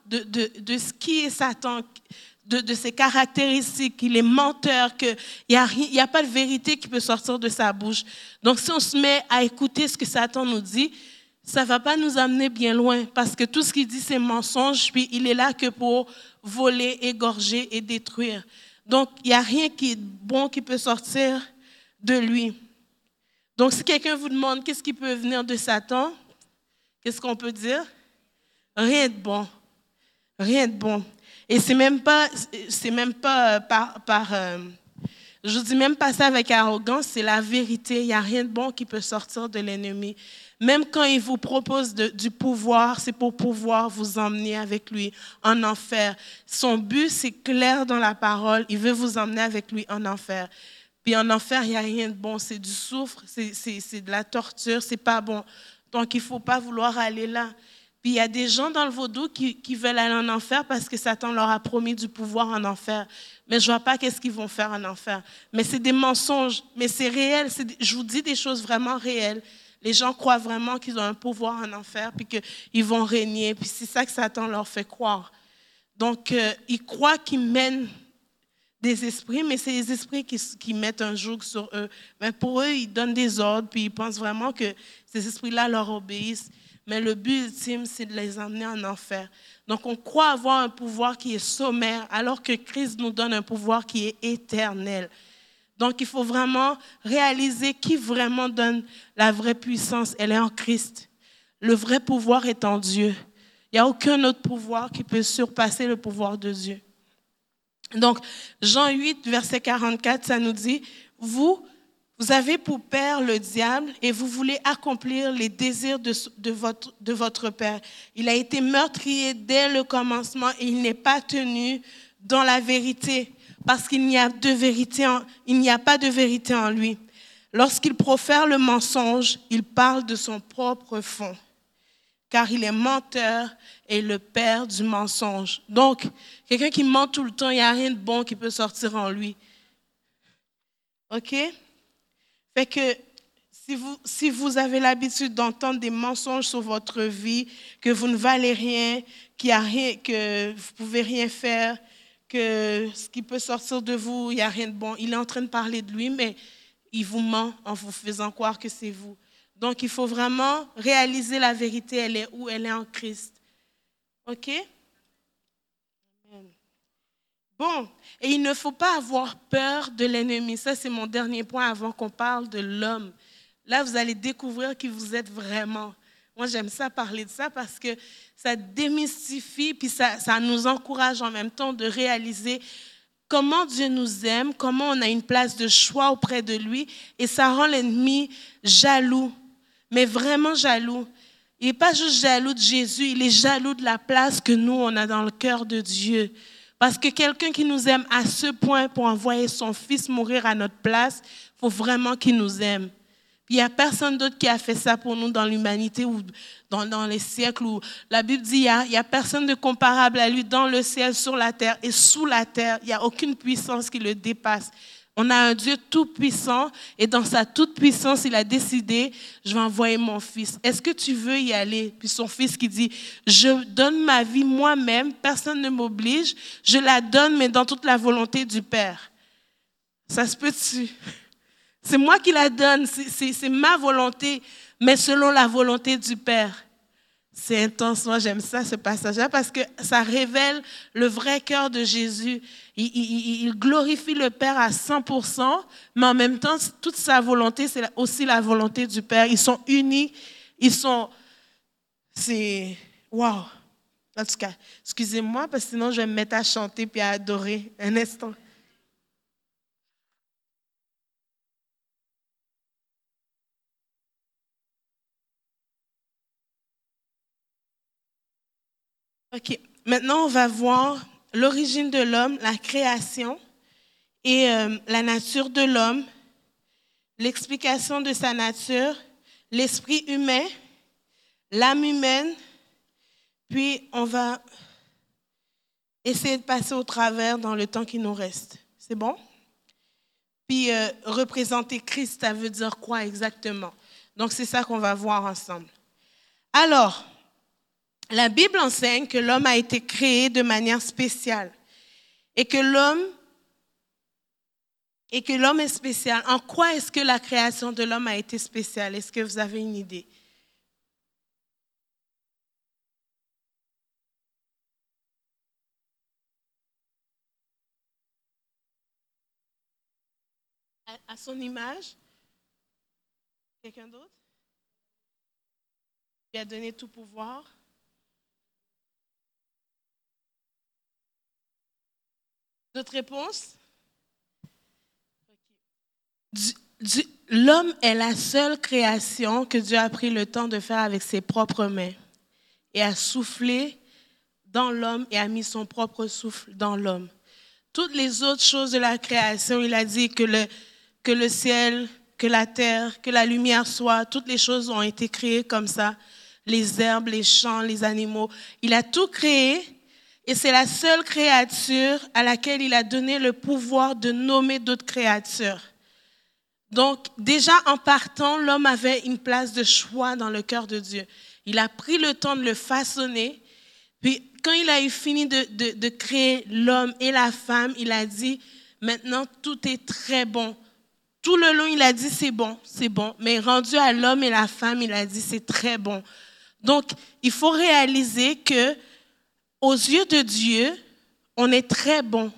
de, de, de ce qui est Satan, de, de ses caractéristiques, qu'il est menteur, qu'il n'y a, y a pas de vérité qui peut sortir de sa bouche. Donc, si on se met à écouter ce que Satan nous dit, ça ne va pas nous amener bien loin, parce que tout ce qu'il dit, c'est mensonge, puis il est là que pour voler, égorger et détruire. Donc, il n'y a rien qui est bon qui peut sortir de lui. Donc, si quelqu'un vous demande qu'est-ce qui peut venir de Satan, qu'est-ce qu'on peut dire? Rien de bon. Rien de bon. Et c'est même pas, c'est même pas par, par euh, je dis même pas ça avec arrogance, c'est la vérité. Il n'y a rien de bon qui peut sortir de l'ennemi. Même quand il vous propose de, du pouvoir, c'est pour pouvoir vous emmener avec lui en enfer. Son but, c'est clair dans la parole. Il veut vous emmener avec lui en enfer. Puis en enfer, il n'y a rien de bon. C'est du soufre, c'est, c'est, c'est de la torture, c'est pas bon. Donc, il ne faut pas vouloir aller là. Puis il y a des gens dans le vaudou qui, qui veulent aller en enfer parce que Satan leur a promis du pouvoir en enfer. Mais je ne vois pas qu'est-ce qu'ils vont faire en enfer. Mais c'est des mensonges, mais c'est réel. C'est, je vous dis des choses vraiment réelles. Les gens croient vraiment qu'ils ont un pouvoir en enfer puis qu'ils vont régner. Puis c'est ça que Satan leur fait croire. Donc, euh, ils croient qu'ils mènent des esprits, mais c'est les esprits qui, qui mettent un joug sur eux. Mais pour eux, ils donnent des ordres, puis ils pensent vraiment que ces esprits-là leur obéissent. Mais le but ultime, c'est de les emmener en enfer. Donc, on croit avoir un pouvoir qui est sommaire, alors que Christ nous donne un pouvoir qui est éternel. Donc, il faut vraiment réaliser qui vraiment donne la vraie puissance. Elle est en Christ. Le vrai pouvoir est en Dieu. Il n'y a aucun autre pouvoir qui peut surpasser le pouvoir de Dieu. Donc, Jean huit, verset quarante-quatre, ça nous dit, « Vous, vous avez pour père le diable et vous voulez accomplir les désirs de, de, votre, de votre père. Il a été meurtrier dès le commencement et il n'est pas tenu dans la vérité. » Parce qu'il n'y a de vérité en, il n'y a pas de vérité en lui. Lorsqu'il profère le mensonge, il parle de son propre fond, car il est menteur et le père du mensonge. Donc, quelqu'un qui ment tout le temps, il n'y a rien de bon qui peut sortir en lui. OK? Fait que si vous, si vous avez l'habitude d'entendre des mensonges sur votre vie, que vous ne valez rien, qu'il y a rien, que vous ne pouvez rien faire, que ce qui peut sortir de vous, il n'y a rien de bon. Il est en train de parler de lui, mais il vous ment en vous faisant croire que c'est vous. Donc, il faut vraiment réaliser la vérité. Elle est où? Elle est en Christ. OK? Amen. Bon, et il ne faut pas avoir peur de l'ennemi. Ça, c'est mon dernier point avant qu'on parle de l'homme. Là, vous allez découvrir qui vous êtes vraiment. Moi, j'aime ça, parler de ça, parce que ça démystifie, puis ça, ça nous encourage en même temps de réaliser comment Dieu nous aime, comment on a une place de choix auprès de lui, et ça rend l'ennemi jaloux, mais vraiment jaloux. Il n'est pas juste jaloux de Jésus, il est jaloux de la place que nous, on a dans le cœur de Dieu. Parce que quelqu'un qui nous aime à ce point pour envoyer son fils mourir à notre place, il faut vraiment qu'il nous aime. Il n'y a personne d'autre qui a fait ça pour nous dans l'humanité ou dans, dans les siècles. Où la Bible dit qu'il n'y a, a personne de comparable à lui dans le ciel, sur la terre et sous la terre. Il n'y a aucune puissance qui le dépasse. On a un Dieu tout-puissant et dans sa toute-puissance, il a décidé, je vais envoyer mon fils. Est-ce que tu veux y aller? Puis son fils qui dit, je donne ma vie moi-même, personne ne m'oblige, je la donne, mais dans toute la volonté du Père. Ça se peut-tu? C'est moi qui la donne, c'est, c'est, c'est ma volonté, mais selon la volonté du Père. C'est intense, moi j'aime ça, ce passage-là, parce que ça révèle le vrai cœur de Jésus. Il, il, il glorifie le Père à cent pour cent, mais en même temps, toute sa volonté, c'est aussi la volonté du Père. Ils sont unis, ils sont... C'est... Wow! En tout cas, excusez-moi, parce que sinon je vais me mettre à chanter puis à adorer un instant. OK. Maintenant, on va voir l'origine de l'homme, la création et euh, la nature de l'homme, l'explication de sa nature, l'esprit humain, l'âme humaine, puis on va essayer de passer au travers dans le temps qui nous reste. C'est bon? Puis euh, représenter Christ, ça veut dire quoi exactement? Donc, c'est ça qu'on va voir ensemble. Alors, La Bible enseigne que l'homme a été créé de manière spéciale et que l'homme et que l'homme est spécial. En quoi est-ce que la création de l'homme a été spéciale? Est-ce que vous avez une idée? À, à son image? Quelqu'un d'autre? Il a donné tout pouvoir. D'autres réponses? Du- du- L'homme est la seule création que Dieu a pris le temps de faire avec ses propres mains et a soufflé dans l'homme et a mis son propre souffle dans l'homme. Toutes les autres choses de la création, il a dit que le, que le ciel, que la terre, que la lumière soit, toutes les choses ont été créées comme ça. Les herbes, les champs, les animaux. Il a tout créé et c'est la seule créature à laquelle il a donné le pouvoir de nommer d'autres créatures. Donc, déjà en partant, l'homme avait une place de choix dans le cœur de Dieu. Il a pris le temps de le façonner. Puis, quand il a eu fini de, de, de créer l'homme et la femme, il a dit, maintenant, tout est très bon. Tout le long, il a dit, c'est bon, c'est bon. Mais rendu à l'homme et la femme, il a dit, c'est très bon. Donc, il faut réaliser que, aux yeux de Dieu, on est très bon.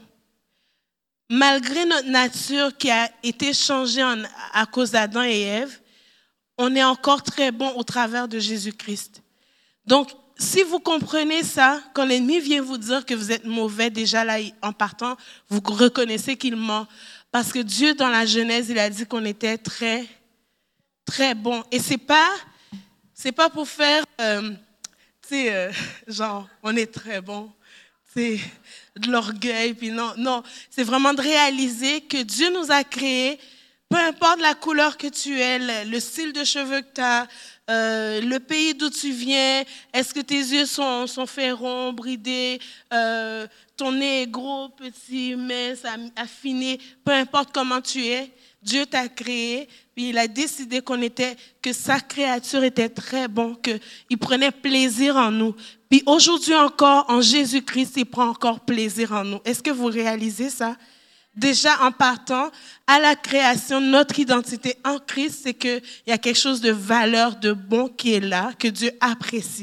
Malgré notre nature qui a été changée en, à cause d'Adam et Ève, on est encore très bon au travers de Jésus-Christ. Donc, si vous comprenez ça, quand l'ennemi vient vous dire que vous êtes mauvais, déjà là, en partant, vous reconnaissez qu'il ment. Parce que Dieu, dans la Genèse, il a dit qu'on était très, très bon. Et c'est pas, c'est pas pour faire, euh, tu sais, euh, genre, on est très bon. C'est de l'orgueil, puis non, non. C'est vraiment de réaliser que Dieu nous a créés, peu importe la couleur que tu es, le, le style de cheveux que tu as, euh, le pays d'où tu viens, est-ce que tes yeux sont, sont faits ronds, bridés, euh, ton nez est gros, petit, mince, affiné, peu importe comment tu es, Dieu t'a créé, puis il a décidé qu'on était, que sa créature était très bon, qu'il prenait plaisir en nous. Puis aujourd'hui encore, en Jésus-Christ, il prend encore plaisir en nous. Est-ce que vous réalisez ça? Déjà en partant à la création, notre identité en Christ, c'est qu'il y a quelque chose de valeur, de bon qui est là, que Dieu apprécie.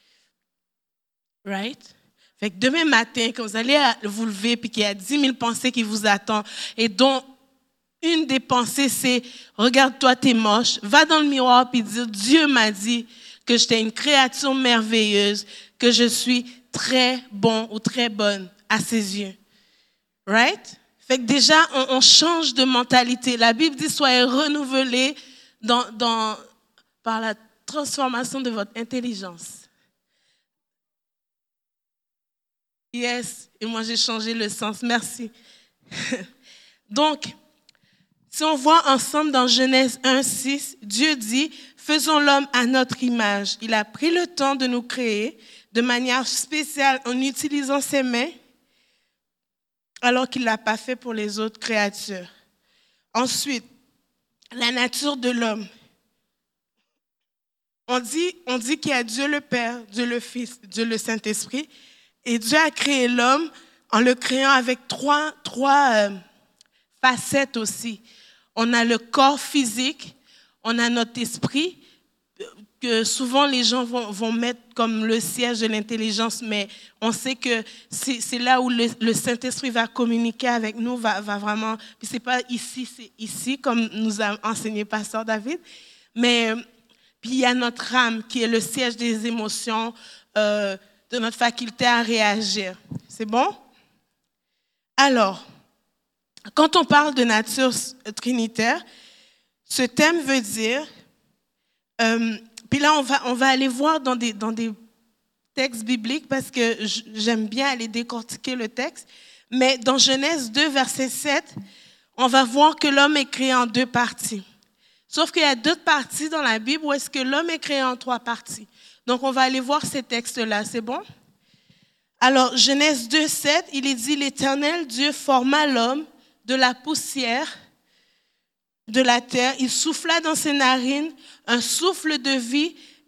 Right? Fait que demain matin, quand vous allez vous lever puis qu'il y a dix mille pensées qui vous attendent et dont une des pensées, c'est « Regarde-toi, t'es moche », va dans le miroir puis dire « Dieu m'a dit que j'étais une créature merveilleuse, que je suis très bon ou très bonne à ses yeux. » Right? Fait que déjà, on, on change de mentalité. La Bible dit « Soyez renouvelés dans, dans, par la transformation de votre intelligence. » Yes, et moi j'ai changé le sens, merci. Donc, si on voit ensemble dans Genèse un, six, Dieu dit « Faisons l'homme à notre image ». Il a pris le temps de nous créer de manière spéciale en utilisant ses mains, alors qu'il ne l'a pas fait pour les autres créatures. Ensuite, la nature de l'homme. On dit, on dit qu'il y a Dieu le Père, Dieu le Fils, Dieu le Saint-Esprit, et Dieu a créé l'homme en le créant avec trois, trois euh, facettes aussi. On a le corps physique, on a notre esprit, que souvent les gens vont, vont mettre comme le siège de l'intelligence, mais on sait que c'est, c'est là où le, le Saint-Esprit va communiquer avec nous, va, va vraiment, puis c'est pas ici, c'est ici, comme nous a enseigné Pasteur David, mais puis il y a notre âme qui est le siège des émotions, euh, de notre faculté à réagir. C'est bon? Alors, quand on parle de nature trinitaire, ce thème veut dire, euh, puis là on va, on va aller voir dans des, dans des textes bibliques parce que j'aime bien aller décortiquer le texte, mais dans Genèse deux, verset sept, on va voir que l'homme est créé en deux parties. Sauf qu'il y a d'autres parties dans la Bible où est-ce que l'homme est créé en trois parties. Donc on va aller voir ces textes-là, c'est bon? Alors Genèse deux, sept, il est dit « L'Éternel Dieu forma l'homme de la poussière de la terre, il souffla dans ses narines un souffle de vie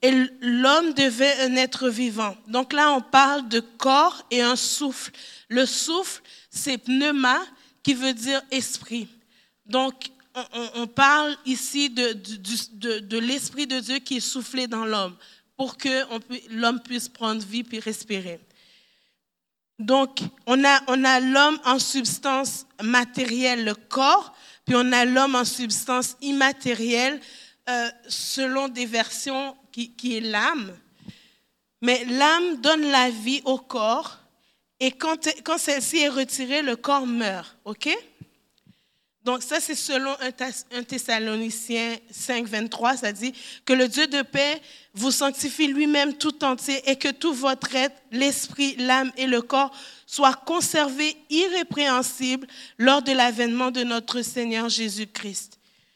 et l'homme devait un être vivant. Donc là, on parle de corps et un souffle. Le souffle, c'est pneuma, qui veut dire esprit. Donc, on, on, on parle ici de, de, de, de l'esprit de Dieu qui est soufflé dans l'homme pour que on pu, l'homme puisse prendre vie puis respirer. Donc, on a, on a l'homme en substance matérielle, le corps, puis on a l'homme en substance immatérielle, euh, selon des versions qui, qui est l'âme. Mais l'âme donne la vie au corps, et quand, quand celle-ci est retirée, le corps meurt. OK? Donc ça, c'est selon un Thessaloniciens cinq, vingt-trois, ça dit que le Dieu de paix vous sanctifie lui-même tout entier et que tout votre être, l'esprit, l'âme et le corps soient conservés irrépréhensibles lors de l'avènement de notre Seigneur Jésus-Christ.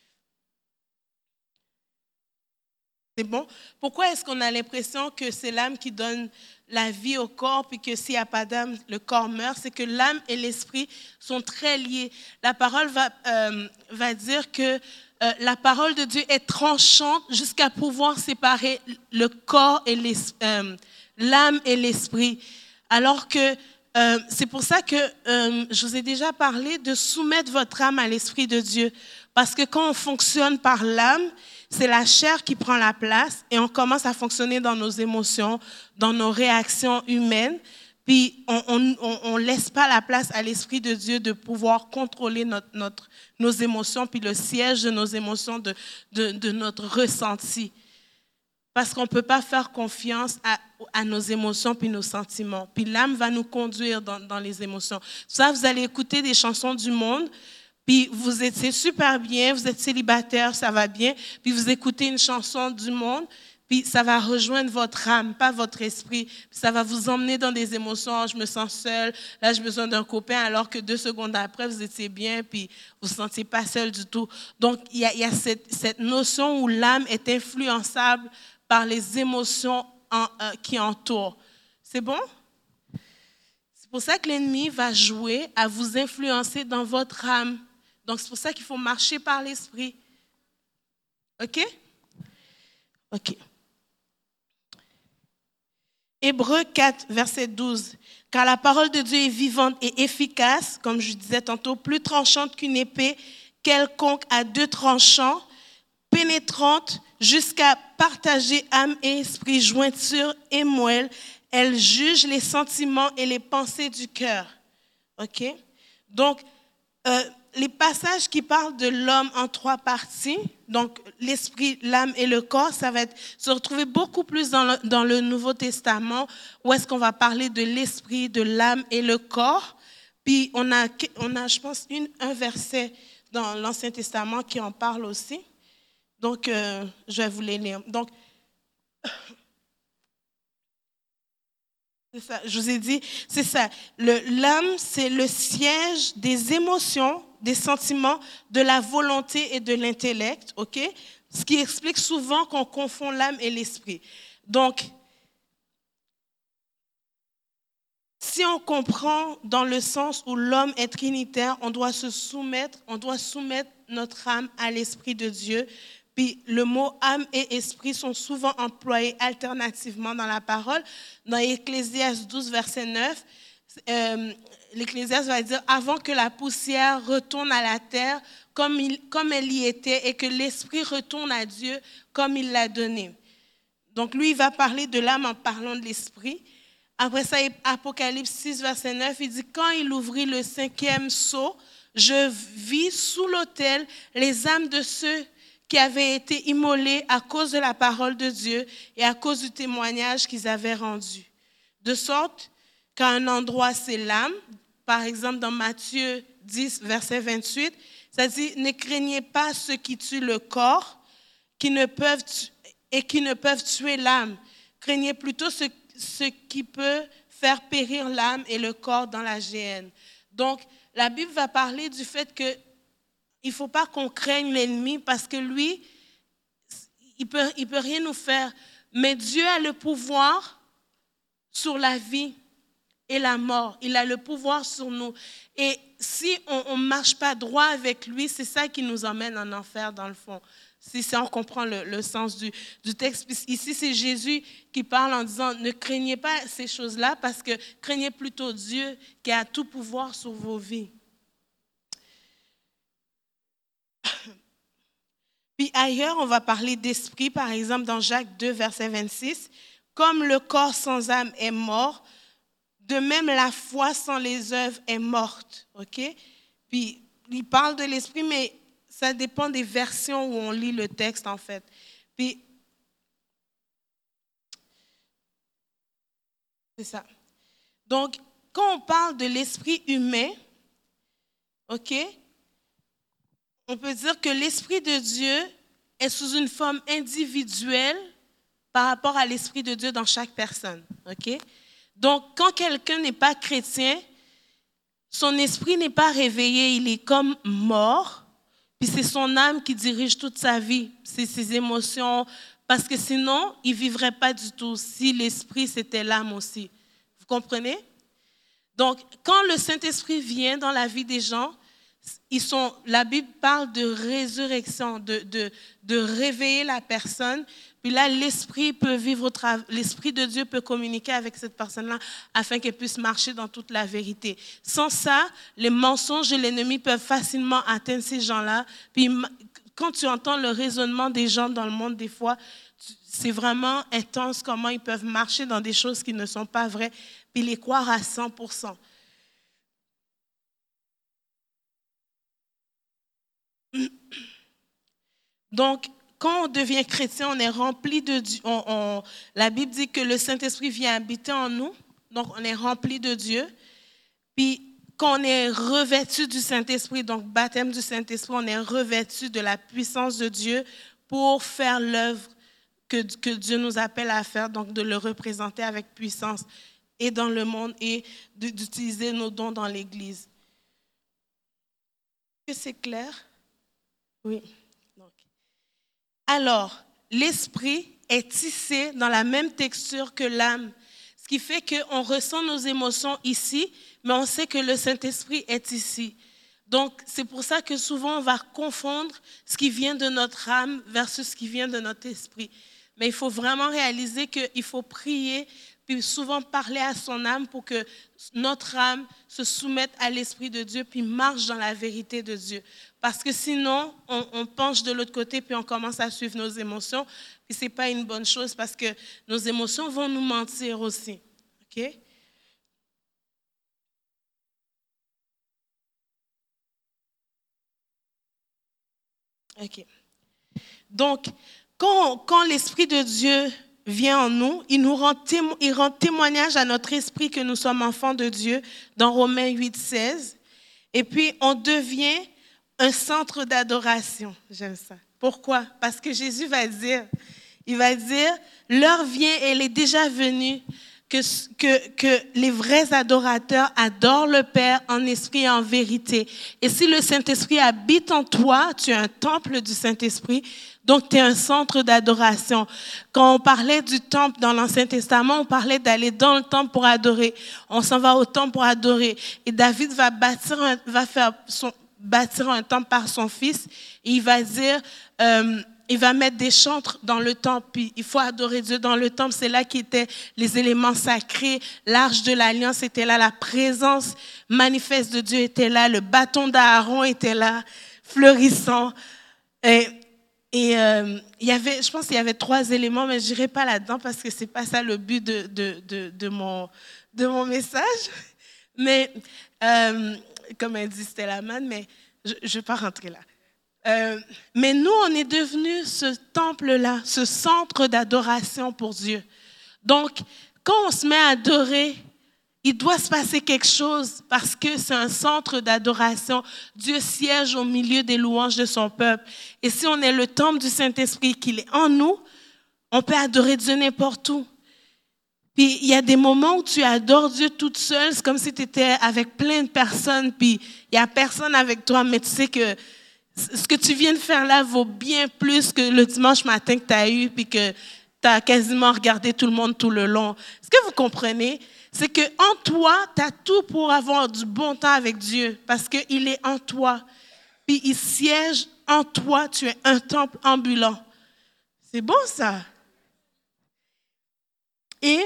C'est bon? Pourquoi est-ce qu'on a l'impression que c'est l'âme qui donne la vie au corps, puis que s'il n'y a pas d'âme, le corps meurt? C'est que l'âme et l'esprit sont très liés. La parole va, euh, va dire que euh, la parole de Dieu est tranchante jusqu'à pouvoir séparer le corps et euh, l'âme et l'esprit. Alors que euh, c'est pour ça que euh, je vous ai déjà parlé de soumettre votre âme à l'esprit de Dieu. Parce que quand on fonctionne par l'âme, c'est la chair qui prend la place et on commence à fonctionner dans nos émotions, dans nos réactions humaines. Puis on ne laisse pas la place à l'Esprit de Dieu de pouvoir contrôler notre, notre, nos émotions, puis le siège de nos émotions, de, de, de notre ressenti. Parce qu'on ne peut pas faire confiance à, à nos émotions puis nos sentiments. Puis l'âme va nous conduire dans, dans les émotions. Ça, vous allez écouter des chansons du monde, puis vous étiez super bien, vous êtes célibataire, ça va bien, puis vous écoutez une chanson du monde, puis ça va rejoindre votre âme, pas votre esprit. Puis ça va vous emmener dans des émotions, oh, je me sens seule, là j'ai besoin d'un copain, alors que deux secondes après, vous étiez bien, puis vous ne vous sentiez pas seul du tout. Donc, il y a, il y a cette, cette notion où l'âme est influençable par les émotions en, euh, qui entourent. C'est bon? C'est pour ça que l'ennemi va jouer à vous influencer dans votre âme. Donc, c'est pour ça qu'il faut marcher par l'esprit. OK? OK. Hébreux quatre, verset douze. Car la parole de Dieu est vivante et efficace, comme je disais tantôt, plus tranchante qu'une épée quelconque à deux tranchants, pénétrante jusqu'à partager âme et esprit, jointure et moelle. Elle juge les sentiments et les pensées du cœur. OK? Donc, euh, les passages qui parlent de l'homme en trois parties, donc l'esprit, l'âme et le corps, ça va être, se retrouver beaucoup plus dans le, dans le Nouveau Testament, où est-ce qu'on va parler de l'esprit, de l'âme et le corps. Puis on a, on a je pense, une, un verset dans l'Ancien Testament qui en parle aussi. Donc, euh, je vais vous les lire. Donc, c'est ça, je vous ai dit, c'est ça. Le, l'âme, c'est le siège des émotions, des sentiments, de la volonté et de l'intellect, ok? Ce qui explique souvent qu'on confond l'âme et l'esprit. Donc, si on comprend dans le sens où l'homme est trinitaire, on doit se soumettre, on doit soumettre notre âme à l'esprit de Dieu. Puis le mot âme et esprit sont souvent employés alternativement dans la parole. Dans Ecclésiaste douze, verset neuf, euh, l'Ecclésiaste va dire « Avant que la poussière retourne à la terre comme, il, comme elle y était et que l'esprit retourne à Dieu comme il l'a donné. » Donc lui, il va parler de l'âme en parlant de l'esprit. Après ça, Apocalypse six, verset neuf, il dit « Quand il ouvrit le cinquième sceau, je vis sous l'autel les âmes de ceux qui avaient été immolés à cause de la parole de Dieu et à cause du témoignage qu'ils avaient rendu. De sorte qu'à un endroit, c'est l'âme. Par exemple, dans Matthieu dix, verset vingt-huit, ça dit « Ne craignez pas ceux qui tuent le corps qui ne peuvent tu- et qui ne peuvent tuer l'âme. Craignez plutôt ce, ce qui peut faire périr l'âme et le corps dans la géhenne. » Donc, la Bible va parler du fait que il ne faut pas qu'on craigne l'ennemi parce que lui, il ne peut, il peut rien nous faire. Mais Dieu a le pouvoir sur la vie et la mort. Il a le pouvoir sur nous. Et si on ne marche pas droit avec lui, c'est ça qui nous emmène en enfer dans le fond. Si, si on comprend le, le sens du, du texte. Ici, c'est Jésus qui parle en disant, ne craignez pas ces choses-là parce que craignez plutôt Dieu qui a tout pouvoir sur vos vies. Puis ailleurs, on va parler d'esprit, par exemple, dans Jacques deux, verset vingt-six. Comme le corps sans âme est mort, de même la foi sans les œuvres est morte. OK? Puis il parle de l'esprit, mais ça dépend des versions où on lit le texte, en fait. Puis, c'est ça. Donc, quand on parle de l'esprit humain, OK? On peut dire que l'Esprit de Dieu est sous une forme individuelle par rapport à l'Esprit de Dieu dans chaque personne. OK? Donc, quand quelqu'un n'est pas chrétien, son esprit n'est pas réveillé, il est comme mort, puis c'est son âme qui dirige toute sa vie, c'est ses émotions, parce que sinon, il ne vivrait pas du tout si l'esprit, c'était l'âme aussi. Vous comprenez? Donc, quand le Saint-Esprit vient dans la vie des gens, Ils sont, la Bible parle de résurrection, de, de, de réveiller la personne. Puis là, l'Esprit peut vivre au travail, l'Esprit de Dieu peut communiquer avec cette personne-là afin qu'elle puisse marcher dans toute la vérité. Sans ça, les mensonges et l'ennemi peuvent facilement atteindre ces gens-là. Puis quand tu entends le raisonnement des gens dans le monde, des fois, c'est vraiment intense comment ils peuvent marcher dans des choses qui ne sont pas vraies, puis les croire à cent pour cent. Donc, quand on devient chrétien, on est rempli de Dieu. On, on, la Bible dit que le Saint-Esprit vient habiter en nous. Donc, on est rempli de Dieu. Puis, quand on est revêtu du Saint-Esprit, donc baptême du Saint-Esprit, on est revêtu de la puissance de Dieu pour faire l'œuvre que, que Dieu nous appelle à faire, donc de le représenter avec puissance et dans le monde et de, d'utiliser nos dons dans l'Église. Est-ce que c'est clair? Oui. Donc, alors, l'esprit est tissé dans la même texture que l'âme, ce qui fait qu'on ressent nos émotions ici, mais on sait que le Saint-Esprit est ici. Donc, c'est pour ça que souvent, on va confondre ce qui vient de notre âme versus ce qui vient de notre esprit. Mais il faut vraiment réaliser qu'il faut prier, puis souvent parler à son âme pour que notre âme se soumette à l'Esprit de Dieu, puis marche dans la vérité de Dieu. Parce que sinon, on, on penche de l'autre côté, puis on commence à suivre nos émotions, puis ce n'est pas une bonne chose parce que nos émotions vont nous mentir aussi. OK? OK. Donc, quand, quand l'Esprit de Dieu vient en nous, il nous rend, témo- il rend témoignage à notre esprit que nous sommes enfants de Dieu, dans Romains huit, seize. Et puis, on devient un centre d'adoration. J'aime ça. Pourquoi? Parce que Jésus va dire, il va dire, l'heure vient, elle est déjà venue, que, que, que les vrais adorateurs adorent le Père en esprit et en vérité. Et si le Saint-Esprit habite en toi, tu es un temple du Saint-Esprit, donc tu es un centre d'adoration. Quand on parlait du temple dans l'Ancien Testament, on parlait d'aller dans le temple pour adorer. On s'en va au temple pour adorer. Et David va bâtir un, va faire son, bâtir un temple par son fils. Et il va dire... Euh, il va mettre des chantres dans le temple, puis il faut adorer Dieu dans le temple. C'est là qu'étaient les éléments sacrés. L'arche de l'Alliance était là, la présence manifeste de Dieu était là, le bâton d'Aaron était là, fleurissant. Et, et euh, il y avait, je pense qu'il y avait trois éléments, mais je n'irai pas là-dedans parce que ce n'est pas ça le but de, de, de, de, mon, de mon message. Mais, euh, comme elle dit Stella Mann, mais je ne vais pas rentrer là. Euh, mais nous, on est devenus ce temple-là, ce centre d'adoration pour Dieu. Donc, quand on se met à adorer, il doit se passer quelque chose parce que c'est un centre d'adoration. Dieu siège au milieu des louanges de son peuple. Et si on est le temple du Saint-Esprit, qu'il est en nous, on peut adorer Dieu n'importe où. Puis il y a des moments où tu adores Dieu toute seule, c'est comme si tu étais avec plein de personnes, puis il n'y a personne avec toi, mais tu sais que ce que tu viens de faire là vaut bien plus que le dimanche matin que tu as eu puis que tu as quasiment regardé tout le monde tout le long. Ce que vous comprenez, c'est qu'en toi, tu as tout pour avoir du bon temps avec Dieu parce qu'il est en toi. Puis il siège en toi, tu es un temple ambulant. C'est bon ça. Et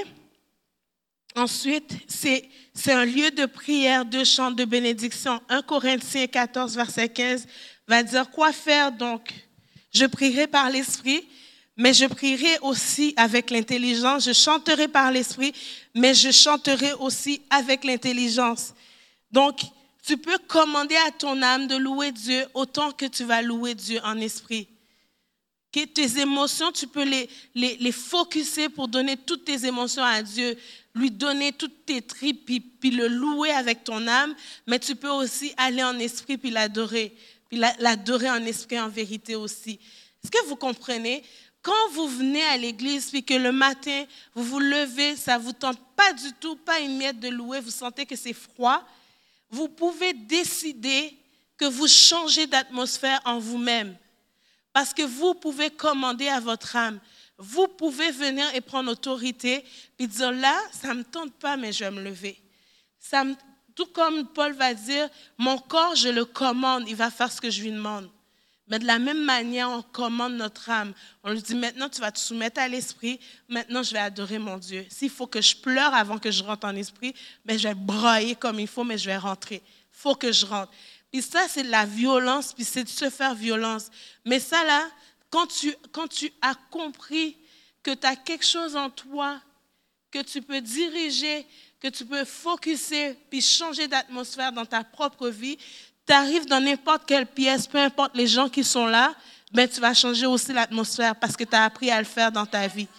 ensuite, c'est, c'est un lieu de prière, de chant, de bénédiction. un Corinthiens quatorze, verset quinze, va dire, quoi faire donc? Je prierai par l'Esprit, mais je prierai aussi avec l'intelligence. Je chanterai par l'Esprit, mais je chanterai aussi avec l'intelligence. Donc, tu peux commander à ton âme de louer Dieu autant que tu vas louer Dieu en esprit. Que tes émotions, tu peux les, les, les focuser pour donner toutes tes émotions à Dieu, lui donner toutes tes tripes, puis, puis le louer avec ton âme, mais tu peux aussi aller en esprit puis l'adorer, puis l'adorer en esprit en vérité aussi. Est-ce que vous comprenez? Quand vous venez à l'église, puis que le matin, vous vous levez, ça ne vous tente pas du tout, pas une miette de louer, vous sentez que c'est froid, vous pouvez décider que vous changez d'atmosphère en vous-même. Parce que vous pouvez commander à votre âme. Vous pouvez venir et prendre autorité et dire là, ça ne me tente pas, mais je vais me lever. Ça me, tout comme Paul va dire, mon corps, je le commande, il va faire ce que je lui demande. Mais de la même manière, on commande notre âme. On lui dit maintenant, tu vas te soumettre à l'esprit. Maintenant, je vais adorer mon Dieu. S'il faut que je pleure avant que je rentre en esprit, mais je vais brailler comme il faut, mais je vais rentrer. Il faut que je rentre. Puis ça, c'est de la violence, puis c'est de se faire violence. Mais ça, là, quand tu, quand tu as compris que tu as quelque chose en toi, que tu peux diriger, que tu peux focuser, puis changer d'atmosphère dans ta propre vie, tu arrives dans n'importe quelle pièce, peu importe les gens qui sont là, ben tu vas changer aussi l'atmosphère parce que tu as appris à le faire dans ta vie.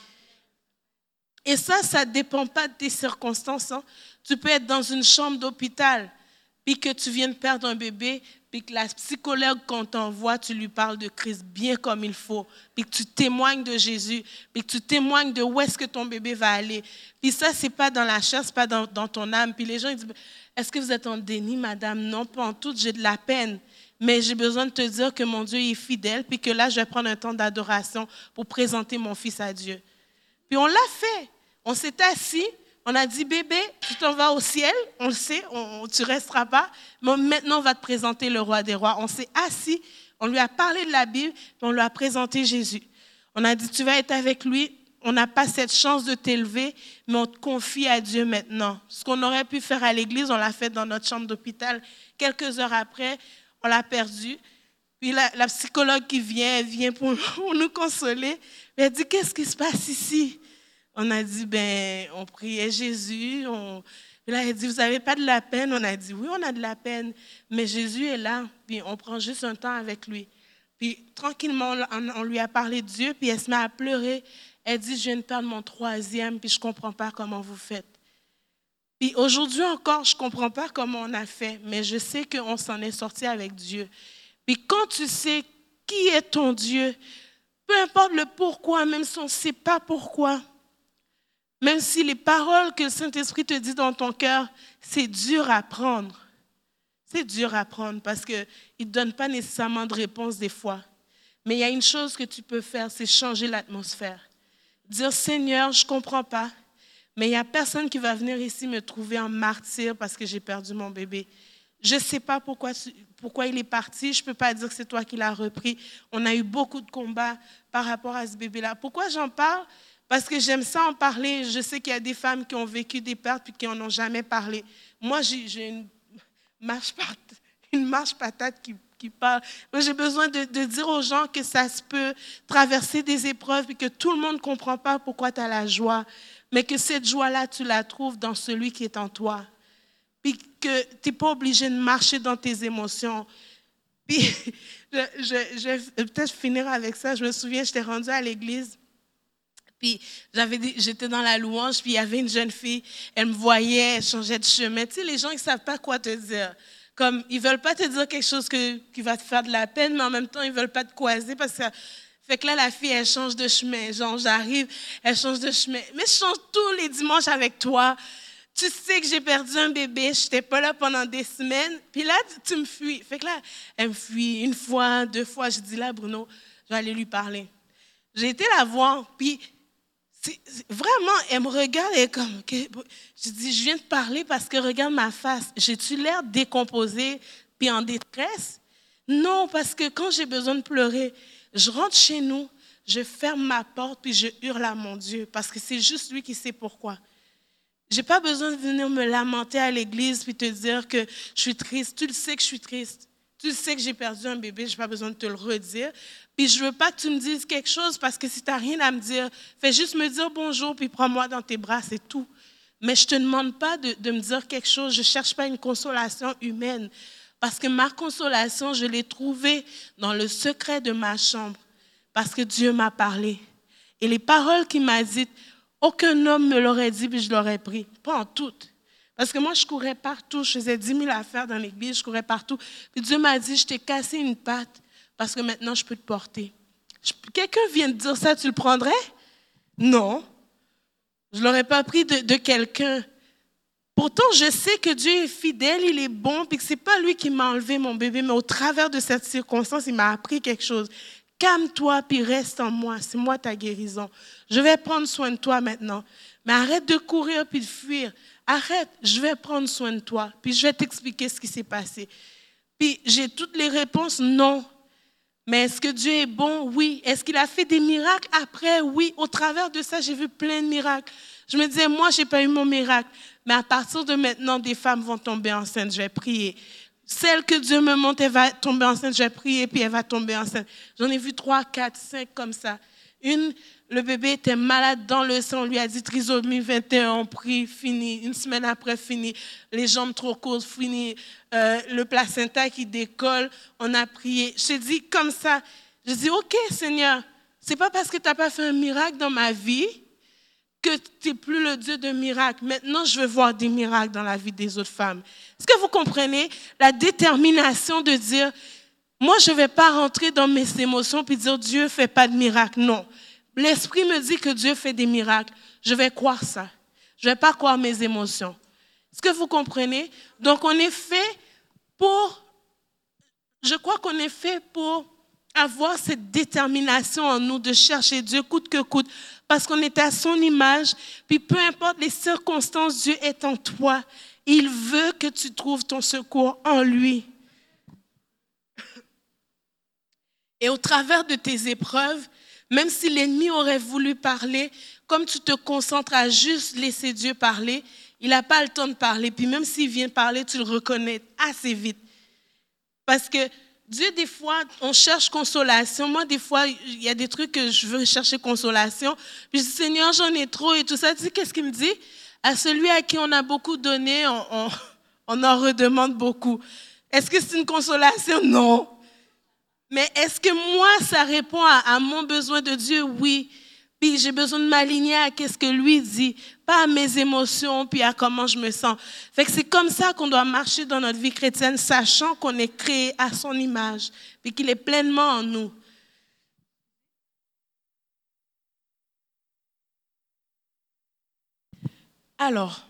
Et ça, ça ne dépend pas de tes circonstances. Hein. Tu peux être dans une chambre d'hôpital, puis que tu viens de perdre un bébé, puis que la psychologue qu'on t'envoie, tu lui parles de Christ bien comme il faut, puis que tu témoignes de Jésus, puis que tu témoignes de où est-ce que ton bébé va aller. Puis ça, ce n'est pas dans la chair, ce n'est pas dans, dans ton âme. Puis les gens ils disent, est-ce que vous êtes en déni, madame? Non, pas en tout, j'ai de la peine. Mais j'ai besoin de te dire que mon Dieu est fidèle, puis que là, je vais prendre un temps d'adoration pour présenter mon fils à Dieu. Puis on l'a fait. On s'est assis. On a dit, bébé, tu t'en vas au ciel, on le sait, on, tu ne resteras pas, mais maintenant on va te présenter le roi des rois. On s'est assis, on lui a parlé de la Bible, puis on lui a présenté Jésus. On a dit, tu vas être avec lui, on n'a pas cette chance de t'élever, mais on te confie à Dieu maintenant. Ce qu'on aurait pu faire à l'église, on l'a fait dans notre chambre d'hôpital. Quelques heures après, on l'a perdu. Puis la, la psychologue qui vient, elle vient pour, pour nous consoler. Elle dit, qu'est-ce qui se passe ici? On a dit, ben, on priait Jésus. On... Puis là, elle dit, vous n'avez pas de la peine? On a dit, oui, on a de la peine, mais Jésus est là. Puis on prend juste un temps avec lui. Puis tranquillement, on, on lui a parlé de Dieu, puis elle se met à pleurer. Elle dit, je viens de perdre mon troisième, puis je ne comprends pas comment vous faites. Puis aujourd'hui encore, je ne comprends pas comment on a fait, mais je sais qu'on s'en est sorti avec Dieu. Puis quand tu sais qui est ton Dieu, peu importe le pourquoi, même si on ne sait pas pourquoi, même si les paroles que le Saint-Esprit te dit dans ton cœur, c'est dur à prendre. C'est dur à prendre parce qu'il ne donne pas nécessairement de réponse des fois. Mais il y a une chose que tu peux faire, c'est changer l'atmosphère. Dire, Seigneur, je ne comprends pas, mais il n'y a personne qui va venir ici me trouver en martyr parce que j'ai perdu mon bébé. Je ne sais pas pourquoi, pourquoi il est parti. Je ne peux pas dire que c'est toi qui l'as repris. On a eu beaucoup de combats par rapport à ce bébé-là. Pourquoi j'en parle? Parce que j'aime ça en parler. Je sais qu'il y a des femmes qui ont vécu des pertes et qui n'en ont jamais parlé. Moi, j'ai, j'ai une, marche patate, une marche patate qui, qui parle. Moi, j'ai besoin de, de dire aux gens que ça se peut traverser des épreuves et que tout le monde ne comprend pas pourquoi tu as la joie, mais que cette joie-là, tu la trouves dans celui qui est en toi. Puis que tu n'es pas obligé de marcher dans tes émotions. Puis, je, je, je vais peut-être finir avec ça. Je me souviens, j'étais rendue à l'église. Puis j'avais, j'étais dans la louange, puis il y avait une jeune fille, elle me voyait, elle changeait de chemin. Tu sais, les gens, ils ne savent pas quoi te dire. Comme, ils ne veulent pas te dire quelque chose que, qui va te faire de la peine, mais en même temps, ils ne veulent pas te croiser parce que... Fait que là, la fille, elle change de chemin. Genre, j'arrive, elle change de chemin. Mais je change tous les dimanches avec toi. Tu sais que j'ai perdu un bébé, je n'étais pas là pendant des semaines. Puis là, tu, tu me fuis. Fait que là, elle me fuit une fois, deux fois. Je dis là, Bruno, je vais aller lui parler. J'ai été la voir, puis... C'est, c'est, vraiment, elle me regarde et comme, okay, je dis, je viens de parler parce que regarde ma face. J'ai-tu l'air décomposée puis en détresse? Non, parce que quand j'ai besoin de pleurer, je rentre chez nous, je ferme ma porte, puis je hurle à mon Dieu, parce que c'est juste lui qui sait pourquoi. Je n'ai pas besoin de venir me lamenter à l'église, puis te dire que je suis triste. Tu le sais que je suis triste. Tu le sais que j'ai perdu un bébé, je n'ai pas besoin de te le redire. Puis je ne veux pas que tu me dises quelque chose, parce que si tu n'as rien à me dire, fais juste me dire bonjour, puis prends-moi dans tes bras, c'est tout. Mais je ne te demande pas de, de me dire quelque chose, je ne cherche pas une consolation humaine. Parce que ma consolation, je l'ai trouvée dans le secret de ma chambre. Parce que Dieu m'a parlé. Et les paroles qu'il m'a dites, aucun homme me l'aurait dit, puis je l'aurais pris. Pas en tout. Parce que moi, je courais partout. Je faisais dix mille affaires dans l'église, je courais partout. Puis Dieu m'a dit, je t'ai cassé une patte parce que maintenant, je peux te porter. Je, quelqu'un vient de dire ça, tu le prendrais? Non. Je ne l'aurais pas pris de, de quelqu'un. Pourtant, je sais que Dieu est fidèle, il est bon, puis que ce n'est pas lui qui m'a enlevé mon bébé, mais au travers de cette circonstance, il m'a appris quelque chose. Calme-toi, puis reste en moi. C'est moi ta guérison. Je vais prendre soin de toi maintenant. Mais arrête de courir puis de fuir. Arrête, je vais prendre soin de toi. Puis je vais t'expliquer ce qui s'est passé. Puis j'ai toutes les réponses, non. Mais est-ce que Dieu est bon? Oui. Est-ce qu'il a fait des miracles après? Oui. Au travers de ça, j'ai vu plein de miracles. Je me disais, moi, je n'ai pas eu mon miracle. Mais à partir de maintenant, des femmes vont tomber enceintes. Je vais prier. Celle que Dieu me montre, elle va tomber enceinte. Je vais prier, puis elle va tomber enceinte. J'en ai vu trois, quatre, cinq comme ça. Une, le bébé était malade dans le sang. On lui a dit trisomie vingt et un, on prie, fini. Une semaine après, fini. Les jambes trop courtes, fini. Euh, le placenta qui décolle, on a prié. Je t'ai dit comme ça. Je dis, OK, Seigneur, c'est pas parce que tu n'as pas fait un miracle dans ma vie que tu n'es plus le Dieu de miracles. Maintenant, je veux voir des miracles dans la vie des autres femmes. Est-ce que vous comprenez la détermination de dire, moi, je ne vais pas rentrer dans mes émotions et dire, Dieu ne fait pas de miracles. Non. L'Esprit me dit que Dieu fait des miracles. Je vais croire ça. Je ne vais pas croire mes émotions. Est-ce que vous comprenez? Donc, on est fait pour, je crois qu'on est fait pour avoir cette détermination en nous de chercher Dieu coûte que coûte, parce qu'on est à son image, puis peu importe les circonstances, Dieu est en toi. Il veut que tu trouves ton secours en lui. Et au travers de tes épreuves, même si l'ennemi aurait voulu parler, comme tu te concentres à juste laisser Dieu parler, il n'a pas le temps de parler. Puis même s'il vient parler, tu le reconnais assez vite. Parce que Dieu, des fois, on cherche consolation. Moi, des fois, il y a des trucs que je veux chercher consolation. Puis je dis, Seigneur, j'en ai trop et tout ça. Tu sais, qu'est-ce qu'il me dit? À celui à qui on a beaucoup donné, on, on, on en redemande beaucoup. Est-ce que c'est une consolation? Non. Mais est-ce que moi, ça répond à, à mon besoin de Dieu? Oui. Puis j'ai besoin de m'aligner à ce que lui dit, pas à mes émotions, puis à comment je me sens. Fait que c'est comme ça qu'on doit marcher dans notre vie chrétienne, sachant qu'on est créé à son image, puis qu'il est pleinement en nous. Alors,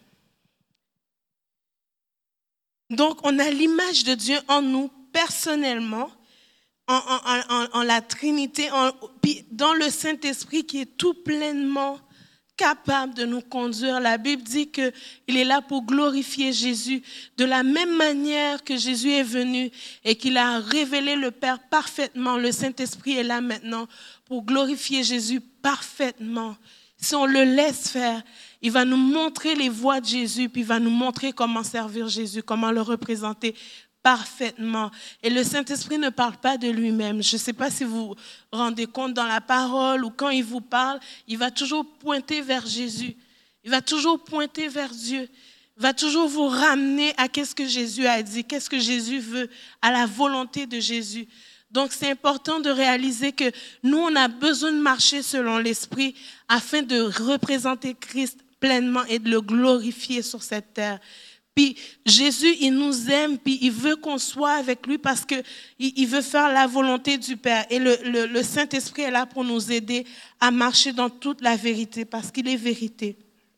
donc on a l'image de Dieu en nous personnellement, En, en, en, en la Trinité, en, puis dans le Saint-Esprit qui est tout pleinement capable de nous conduire. La Bible dit qu'il est là pour glorifier Jésus. De la même manière que Jésus est venu et qu'il a révélé le Père parfaitement, le Saint-Esprit est là maintenant pour glorifier Jésus parfaitement. Si on le laisse faire, il va nous montrer les voies de Jésus, puis il va nous montrer comment servir Jésus, comment le représenter parfaitement. Et le Saint-Esprit ne parle pas de lui-même. Je ne sais pas si vous vous rendez compte dans la parole ou quand il vous parle, il va toujours pointer vers Jésus. Il va toujours pointer vers Dieu. Il va toujours vous ramener à qu'est-ce que Jésus a dit, qu'est-ce que Jésus veut, à la volonté de Jésus. Donc, c'est important de réaliser que nous, on a besoin de marcher selon l'Esprit afin de représenter Christ pleinement et de le glorifier sur cette terre. Puis Jésus, il nous aime, puis il veut qu'on soit avec lui parce qu'il il veut faire la volonté du Père. Et le, le, le Saint-Esprit est là pour nous aider à marcher dans toute la vérité parce qu'il est vérité.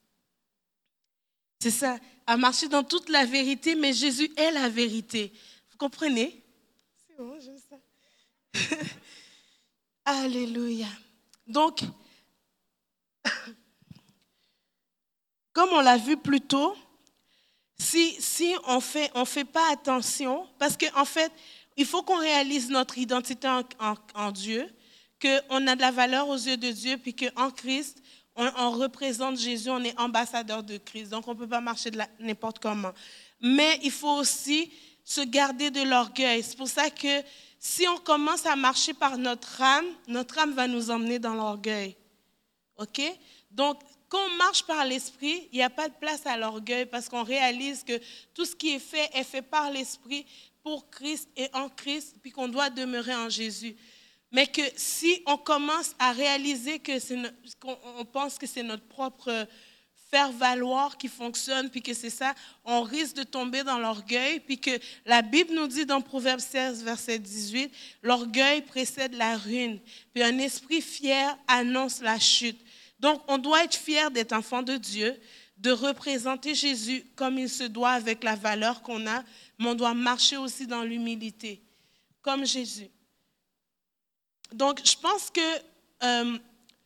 C'est ça, à marcher dans toute la vérité, mais Jésus est la vérité. Vous comprenez? C'est bon, j'aime ça. Alléluia. Donc, comme on l'a vu plus tôt, Si, si on fait, on fait pas attention, parce qu'en en fait, il faut qu'on réalise notre identité en, en, en Dieu, qu'on a de la valeur aux yeux de Dieu, puis qu'en Christ, on, on représente Jésus, on est ambassadeur de Christ. Donc, on ne peut pas marcher de la, n'importe comment. Mais il faut aussi se garder de l'orgueil. C'est pour ça que si on commence à marcher par notre âme, notre âme va nous emmener dans l'orgueil. OK? Donc, quand on marche par l'esprit, il n'y a pas de place à l'orgueil parce qu'on réalise que tout ce qui est fait est fait par l'esprit pour Christ et en Christ, puis qu'on doit demeurer en Jésus. Mais que si on commence à réaliser que c'est no- qu'on on pense que c'est notre propre faire-valoir qui fonctionne, puis que c'est ça, on risque de tomber dans l'orgueil, puis que la Bible nous dit dans Proverbe seize, verset dix-huit, l'orgueil précède la ruine, puis un esprit fier annonce la chute. Donc, on doit être fier d'être enfant de Dieu, de représenter Jésus comme il se doit avec la valeur qu'on a, mais on doit marcher aussi dans l'humilité, comme Jésus. Donc, je pense que euh,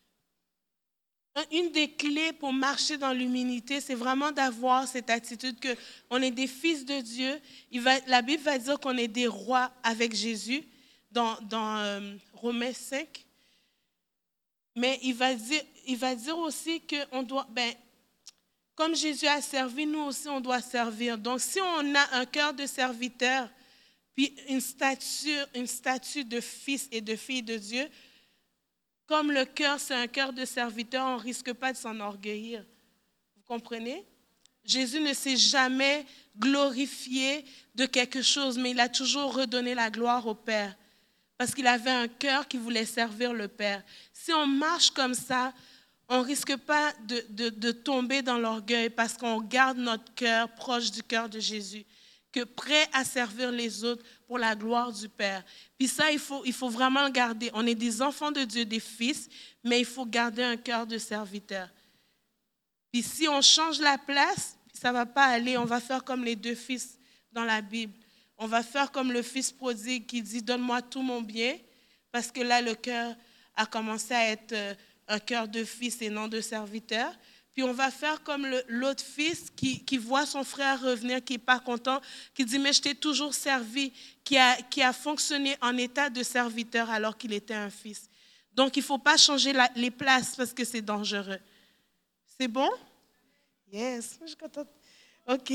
une des clés pour marcher dans l'humilité, c'est vraiment d'avoir cette attitude qu'on est des fils de Dieu. Il va, la Bible va dire qu'on est des rois avec Jésus dans, dans euh, Romains cinq. Mais il va dire, il va dire aussi que on doit, ben, comme Jésus a servi, nous aussi on doit servir. Donc, si on a un cœur de serviteur, puis une stature, une statue de fils et de fille de Dieu, comme le cœur, c'est un cœur de serviteur, on ne risque pas de s'enorgueillir. Vous comprenez? Jésus ne s'est jamais glorifié de quelque chose, mais il a toujours redonné la gloire au Père. Parce qu'il avait un cœur qui voulait servir le Père. Si on marche comme ça, on ne risque pas de, de, de tomber dans l'orgueil parce qu'on garde notre cœur proche du cœur de Jésus, que prêt à servir les autres pour la gloire du Père. Puis ça, il faut, il faut vraiment le garder. On est des enfants de Dieu, des fils, mais il faut garder un cœur de serviteur. Puis si on change la place, ça ne va pas aller. On va faire comme les deux fils dans la Bible. On va faire comme le fils prodigue qui dit « Donne-moi tout mon bien », parce que là, le cœur a commencé à être un cœur de fils et non de serviteur. Puis on va faire comme le, l'autre fils qui, qui voit son frère revenir, qui n'est pas content, qui dit « Mais je t'ai toujours servi », qui a, qui a fonctionné en état de serviteur alors qu'il était un fils. Donc, il ne faut pas changer la, les places parce que c'est dangereux. C'est bon? Yes, je suis contente. OK.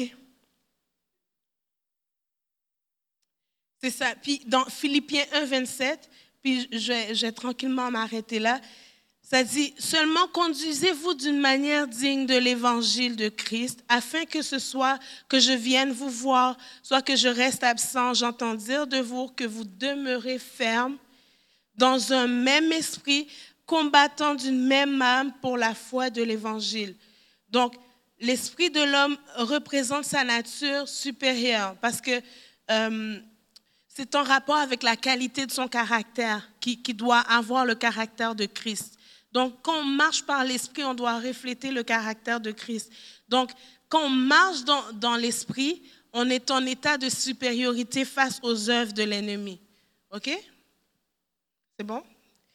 C'est ça. Puis dans Philippiens un, vingt-sept, puis je vais, je vais tranquillement m'arrêter là, ça dit « Seulement conduisez-vous d'une manière digne de l'évangile de Christ, afin que ce soit que je vienne vous voir, soit que je reste absent, j'entends dire de vous que vous demeurez ferme dans un même esprit, combattant d'une même âme pour la foi de l'évangile. » Donc, l'esprit de l'homme représente sa nature supérieure parce que euh, c'est en rapport avec la qualité de son caractère qui, qui doit avoir le caractère de Christ. Donc, quand on marche par l'esprit, on doit refléter le caractère de Christ. Donc, quand on marche dans, dans l'esprit, on est en état de supériorité face aux œuvres de l'ennemi. OK? C'est bon?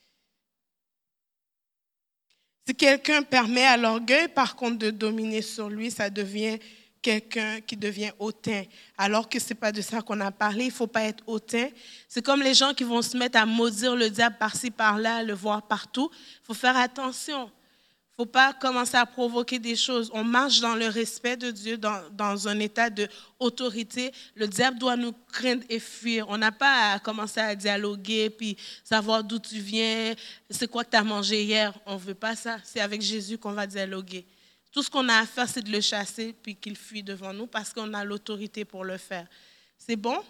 Si quelqu'un permet à l'orgueil, par contre, de dominer sur lui, ça devient quelqu'un qui devient hautain. Alors que ce n'est pas de ça qu'on a parlé, il ne faut pas être hautain. C'est comme les gens qui vont se mettre à maudire le diable par-ci, par-là, le voir partout. Il faut faire attention. Il ne faut pas commencer à provoquer des choses. On marche dans le respect de Dieu, dans, dans un état d'autorité. Le diable doit nous craindre et fuir. On n'a pas à commencer à dialoguer, puis savoir d'où tu viens, c'est quoi que tu as mangé hier. On ne veut pas ça. C'est avec Jésus qu'on va dialoguer. Tout ce qu'on a à faire, c'est de le chasser, puis qu'il fuit devant nous, parce qu'on a l'autorité pour le faire. C'est bon?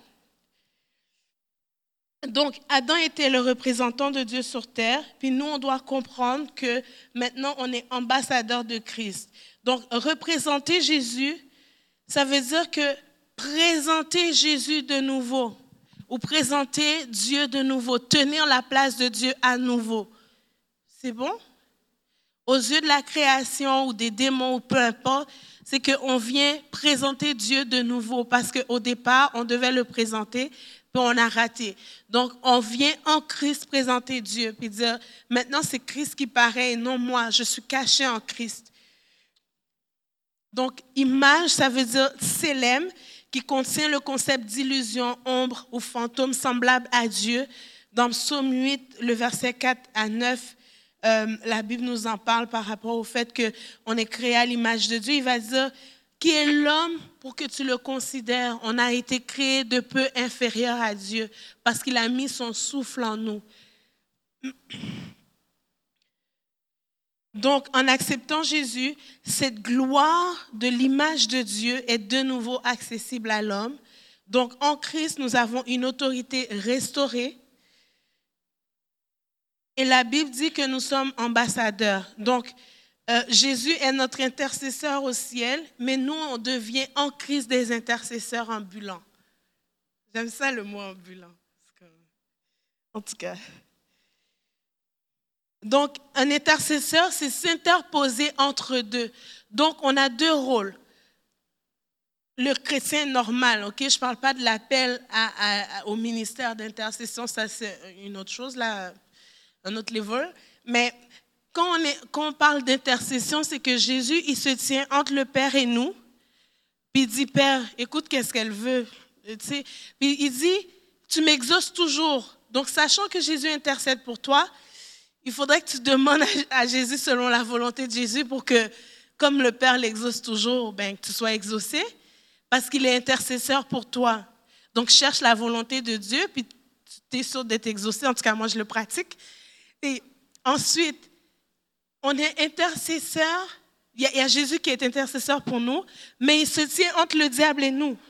Donc, Adam était le représentant de Dieu sur terre, puis nous, on doit comprendre que maintenant, on est ambassadeur de Christ. Donc, représenter Jésus, ça veut dire que présenter Jésus de nouveau, ou présenter Dieu de nouveau, tenir la place de Dieu à nouveau. C'est bon? Aux yeux de la création ou des démons ou peu importe, c'est qu'on vient présenter Dieu de nouveau parce qu'au départ, on devait le présenter, puis on a raté. Donc, on vient en Christ présenter Dieu, puis dire, maintenant c'est Christ qui paraît et non moi, je suis caché en Christ. Donc, image, ça veut dire célème, qui contient le concept d'illusion, ombre ou fantôme semblable à Dieu. Dans Psaume huit, le verset quatre à neuf, euh, la Bible nous en parle par rapport au fait qu'on est créé à l'image de Dieu. Il va dire, qui est l'homme pour que tu le considères? On a été créé de peu inférieur à Dieu parce qu'il a mis son souffle en nous. Donc, en acceptant Jésus, cette gloire de l'image de Dieu est de nouveau accessible à l'homme. Donc, en Christ, nous avons une autorité restaurée. Et la Bible dit que nous sommes ambassadeurs. Donc, euh, Jésus est notre intercesseur au ciel, mais nous, on devient en Christ des intercesseurs ambulants. J'aime ça le mot ambulant. En tout cas. Donc, un intercesseur, c'est s'interposer entre deux. Donc, on a deux rôles. Le chrétien normal, ok? Je ne parle pas de l'appel à, à, au ministère d'intercession, ça c'est une autre chose, là, un autre level. Mais quand on, est, quand on parle d'intercession, c'est que Jésus, il se tient entre le Père et nous, puis il dit, Père, écoute, qu'est-ce qu'elle veut? Tu sais? Puis il dit, tu m'exauces toujours. Donc, sachant que Jésus intercède pour toi, il faudrait que tu demandes à Jésus selon la volonté de Jésus pour que, comme le Père l'exauce toujours, ben, que tu sois exaucé, parce qu'il est intercesseur pour toi. Donc, cherche la volonté de Dieu, puis tu es sûr d'être exaucé. En tout cas, moi, je le pratique. Et ensuite, on est intercesseur. Il y a, il y a Jésus qui est intercesseur pour nous, mais il se tient entre le diable et nous.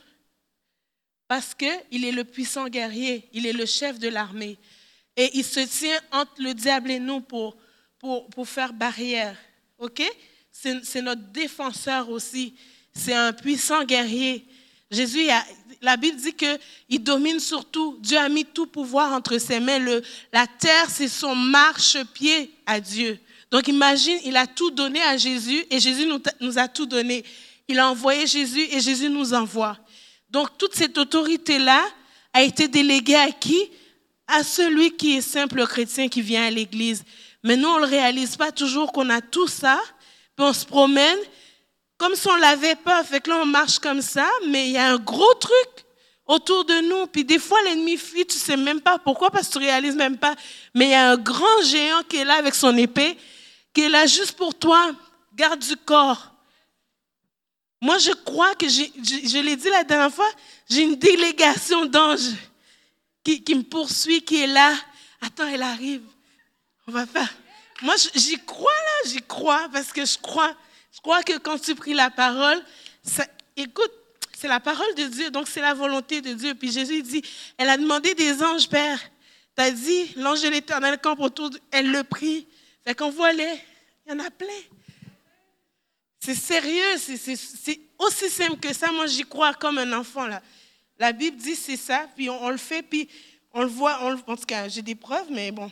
Parce qu'il est le puissant guerrier, il est le chef de l'armée. Et il se tient entre le diable et nous pour, pour, pour faire barrière. OK? C'est, c'est notre défenseur aussi. C'est un puissant guerrier. Jésus, a, la Bible dit qu'il domine sur tout. Dieu a mis tout pouvoir entre ses mains. Le, la terre, c'est son marchepied à Dieu. Donc imagine, il a tout donné à Jésus et Jésus nous, nous a tout donné. Il a envoyé Jésus et Jésus nous envoie. Donc toute cette autorité-là a été déléguée à qui? À celui qui est simple chrétien qui vient à l'église. Mais nous, on ne réalise pas toujours qu'on a tout ça, puis on se promène comme si on ne l'avait pas. Fait que là, on marche comme ça, mais il y a un gros truc autour de nous. Puis des fois, l'ennemi fuit, tu ne sais même pas pourquoi, parce que tu ne réalises même pas. Mais il y a un grand géant qui est là avec son épée, qui est là juste pour toi. Garde du corps. Moi, je crois que, j'ai, je, je l'ai dit la dernière fois, j'ai une délégation d'anges Qui, qui me poursuit, qui est là. Attends, elle arrive. On va faire. Moi, j'y crois là, j'y crois parce que je crois. Je crois que quand tu pries la parole, ça, écoute, c'est la parole de Dieu, donc c'est la volonté de Dieu. Puis Jésus dit, elle a demandé des anges, Père. Tu as dit, l'ange de l'Éternel campe autour, de... elle le prie. Fait qu'on voit les, il y en a plein. C'est sérieux, c'est, c'est, c'est aussi simple que ça. Moi, j'y crois comme un enfant là. La Bible dit c'est ça, puis on, on le fait, puis on le voit. On, en tout cas, j'ai des preuves, mais bon.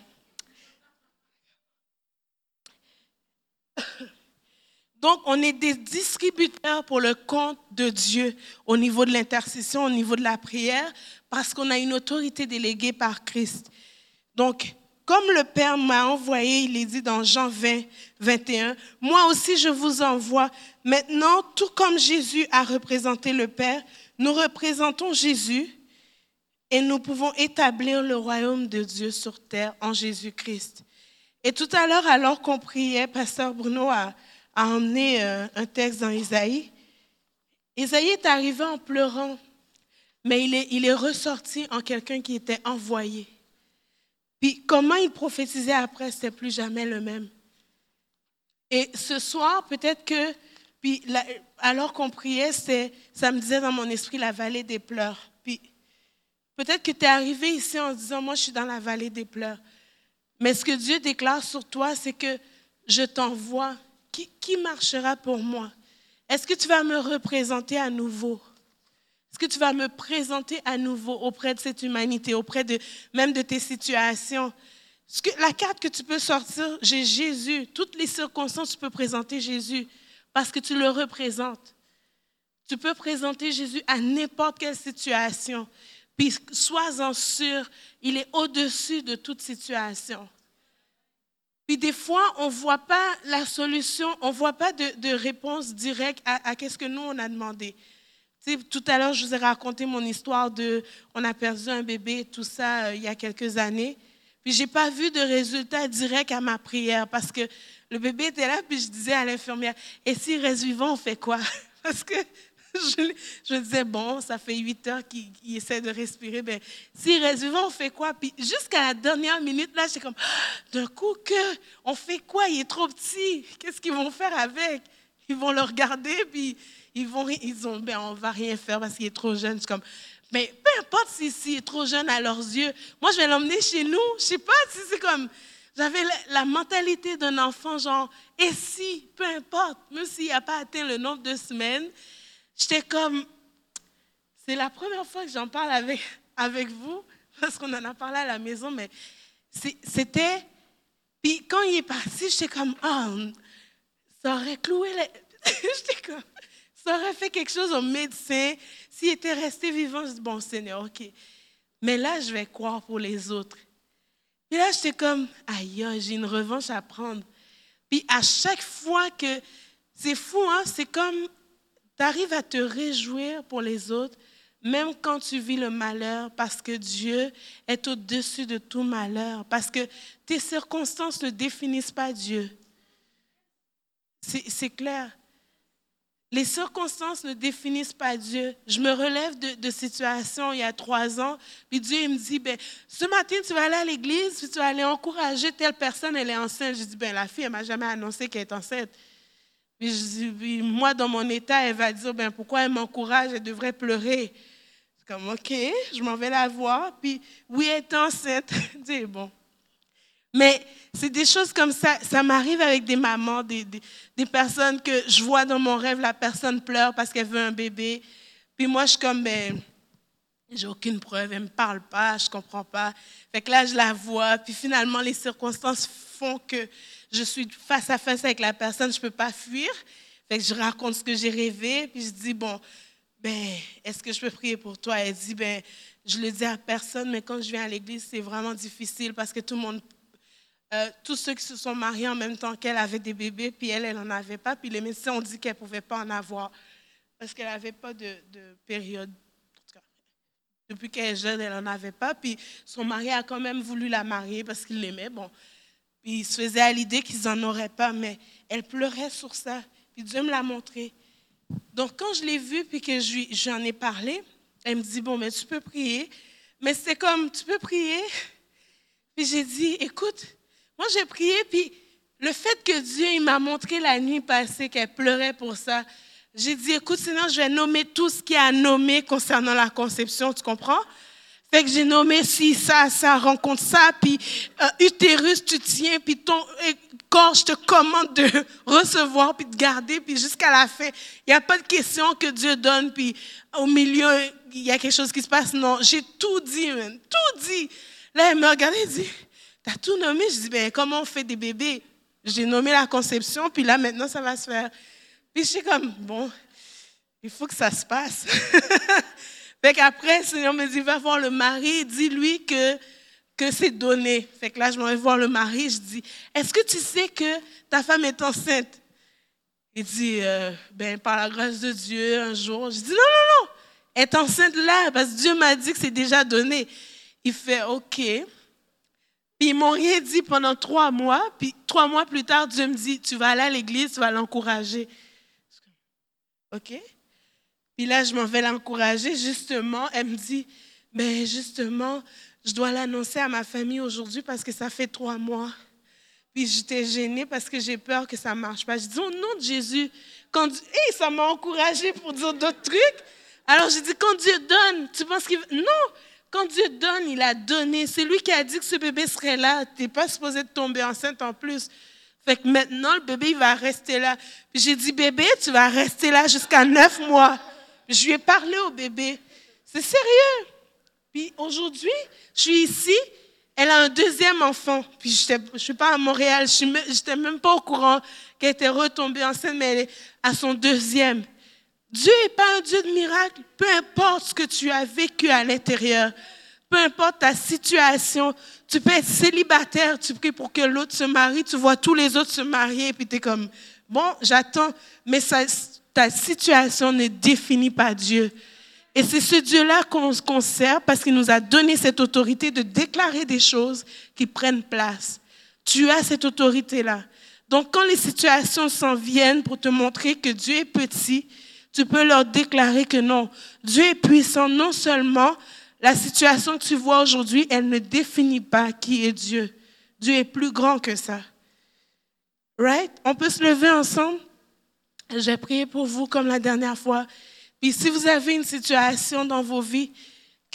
Donc, on est des distributeurs pour le compte de Dieu au niveau de l'intercession, au niveau de la prière, parce qu'on a une autorité déléguée par Christ. Donc, comme le Père m'a envoyé, il est dit dans Jean vingt, vingt et un, « Moi aussi je vous envoie. Maintenant, tout comme Jésus a représenté le Père, nous représentons Jésus et nous pouvons établir le royaume de Dieu sur terre en Jésus-Christ. » Et tout à l'heure, alors qu'on priait, Pasteur Bruno a, a emmené euh, un texte dans Isaïe. Isaïe est arrivé en pleurant, mais il est, il est ressorti en quelqu'un qui était envoyé. Puis comment il prophétisait après, c'était plus jamais le même. Et ce soir, peut-être que, puis la, alors qu'on priait, c'est, ça me disait dans mon esprit la vallée des pleurs. Puis peut-être que tu es arrivé ici en disant, moi je suis dans la vallée des pleurs. Mais ce que Dieu déclare sur toi, c'est que je t'envoie. Qui, qui marchera pour moi? Est-ce que tu vas me représenter à nouveau? Est-ce que tu vas me présenter à nouveau auprès de cette humanité, auprès de, même de tes situations? Ce que, la carte que tu peux sortir, j'ai Jésus. Toutes les circonstances, tu peux présenter Jésus parce que tu le représentes. Tu peux présenter Jésus à n'importe quelle situation. Puis sois-en sûr, il est au-dessus de toute situation. Puis des fois, on ne voit pas la solution, on ne voit pas de, de réponse directe à, à ce que nous, on a demandé. Tu Tu sais, tout à l'heure, je vous ai raconté mon histoire de, on a perdu un bébé, tout ça, euh, il y a quelques années. Puis, je n'ai pas vu de résultat direct à ma prière parce que le bébé était là, puis je disais à l'infirmière, et s'il reste vivant, on fait quoi? Parce que je, je disais, bon, ça fait huit heures qu'il, qu'il essaie de respirer, bien, s'il reste vivant, on fait quoi? Puis, jusqu'à la dernière minute, là, j'étais comme, d'un coup, que, on fait quoi? Il est trop petit. Qu'est-ce qu'ils vont faire avec? Ils vont le regarder, puis ils vont, ils ont, ben, on va rien faire parce qu'il est trop jeune. Je suis comme, mais peu importe s'il si, si est trop jeune à leurs yeux, moi, je vais l'emmener chez nous. Je sais pas si c'est comme, j'avais la, la mentalité d'un enfant, genre, et si, peu importe, même s'il n'a pas atteint le nombre de semaines, j'étais comme, c'est la première fois que j'en parle avec, avec vous, parce qu'on en a parlé à la maison, mais c'est, c'était, puis quand il est parti, j'étais comme, ah, oh, ça aurait cloué les... J'étais comme... Ça aurait fait quelque chose au médecin. S'il était resté vivant, je dis, bon, Seigneur, OK. Mais là, je vais croire pour les autres. Puis là, j'étais comme, aïe, j'ai une revanche à prendre. Puis à chaque fois que... C'est fou, hein? C'est comme, tu arrives à te réjouir pour les autres, même quand tu vis le malheur, parce que Dieu est au-dessus de tout malheur. Parce que tes circonstances ne définissent pas Dieu. C'est, c'est clair. Les circonstances ne définissent pas Dieu. Je me relève de, de situations il y a trois ans, puis Dieu il me dit, ben, ce matin, tu vas aller à l'église, puis tu vas aller encourager telle personne, elle est enceinte. Je dis, ben, la fille, elle ne m'a jamais annoncé qu'elle est enceinte. Puis, je dis, puis moi, dans mon état, elle va dire, ben, pourquoi elle m'encourage, elle devrait pleurer. C'est comme, OK, je m'en vais la voir, puis oui, elle est enceinte. Je dis, bon. Mais c'est des choses comme ça, ça m'arrive avec des mamans, des, des, des personnes que je vois dans mon rêve, la personne pleure parce qu'elle veut un bébé. Puis moi, je suis comme, ben, j'ai aucune preuve, elle ne me parle pas, je ne comprends pas. Fait que là, je la vois, puis finalement, les circonstances font que je suis face à face avec la personne, je ne peux pas fuir. Fait que je raconte ce que j'ai rêvé, puis je dis, bon, ben, est-ce que je peux prier pour toi? Elle dit, ben, je le dis à personne, mais quand je viens à l'église, c'est vraiment difficile parce que tout le monde... Euh, tous ceux qui se sont mariés en même temps qu'elle avaient des bébés, puis elle, elle n'en avait pas. Puis les médecins ont dit qu'elle ne pouvait pas en avoir parce qu'elle n'avait pas de, de période. En tout cas, depuis qu'elle est jeune, elle n'en avait pas. Puis son mari a quand même voulu la marier parce qu'il l'aimait. Bon, puis il se faisait à l'idée qu'ils n'en auraient pas, mais elle pleurait sur ça. Puis Dieu me l'a montré. Donc quand je l'ai vue puis que je, j'en ai parlé, elle me dit, bon, mais tu peux prier. Mais c'est comme, tu peux prier. Puis j'ai dit, écoute, moi, j'ai prié, puis le fait que Dieu il m'a montré la nuit passée qu'elle pleurait pour ça, j'ai dit, écoute, sinon, je vais nommer tout ce qu'il y a à nommer concernant la conception, tu comprends? Fait que j'ai nommé si, ça, ça, rencontre ça, puis euh, utérus, tu tiens, puis ton euh, corps, je te commande de recevoir, puis de garder, puis jusqu'à la fin. Il n'y a pas de question que Dieu donne, puis au milieu, il y a quelque chose qui se passe. Non, j'ai tout dit, man, tout dit. Là, elle me regardait, elle dit... T'as tout nommé? Je dis, ben, comment on fait des bébés? J'ai nommé la conception, puis là, maintenant, ça va se faire. Puis je suis comme, bon, il faut que ça se passe. Fait qu'après, le Seigneur me dit, va voir le mari, dis-lui que, que c'est donné. Fait que là, je m'en vais voir le mari, je dis, est-ce que tu sais que ta femme est enceinte? Il dit, euh, ben, par la grâce de Dieu, un jour. Je dis, non, non, non, elle est enceinte là, parce que Dieu m'a dit que c'est déjà donné. Il fait, OK. Puis ils m'ont rien dit pendant trois mois. Puis trois mois plus tard, Dieu me dit, tu vas aller à l'église, tu vas l'encourager. OK. Puis là, je m'en vais l'encourager. Justement, elle me dit, ben justement, je dois l'annoncer à ma famille aujourd'hui parce que ça fait trois mois. Puis j'étais gênée parce que j'ai peur que ça ne marche pas. Je dis, au nom de Jésus, quand Dieu... hey, ça m'a encouragée pour dire d'autres trucs. Alors j'ai dit, quand Dieu donne, tu penses qu'il... Non! Quand Dieu donne, il a donné. C'est lui qui a dit que ce bébé serait là. Tu n'es pas supposé de tomber enceinte en plus. Fait que maintenant, le bébé, il va rester là. Puis j'ai dit, bébé, tu vas rester là jusqu'à neuf mois. Je lui ai parlé au bébé. C'est sérieux. Puis aujourd'hui, je suis ici. Elle a un deuxième enfant. Puis je ne suis pas à Montréal. Je n'étais même pas au courant qu'elle était retombée enceinte, mais elle est à son deuxième. Dieu n'est pas un Dieu de miracle. Peu importe ce que tu as vécu à l'intérieur, peu importe ta situation, tu peux être célibataire, tu pries pour que l'autre se marie, tu vois tous les autres se marier, puis tu es comme, bon, j'attends, mais ça, tu ta situation ne définit pas Dieu. Et c'est ce Dieu-là qu'on, qu'on sert parce qu'il nous a donné cette autorité de déclarer des choses qui prennent place. Tu as cette autorité-là. Donc, quand les situations s'en viennent pour te montrer que Dieu est petit, tu peux leur déclarer que non, Dieu est puissant. Non seulement la situation que tu vois aujourd'hui, elle ne définit pas qui est Dieu. Dieu est plus grand que ça. Right? On peut se lever ensemble? Je vais prier pour vous comme la dernière fois. Puis si vous avez une situation dans vos vies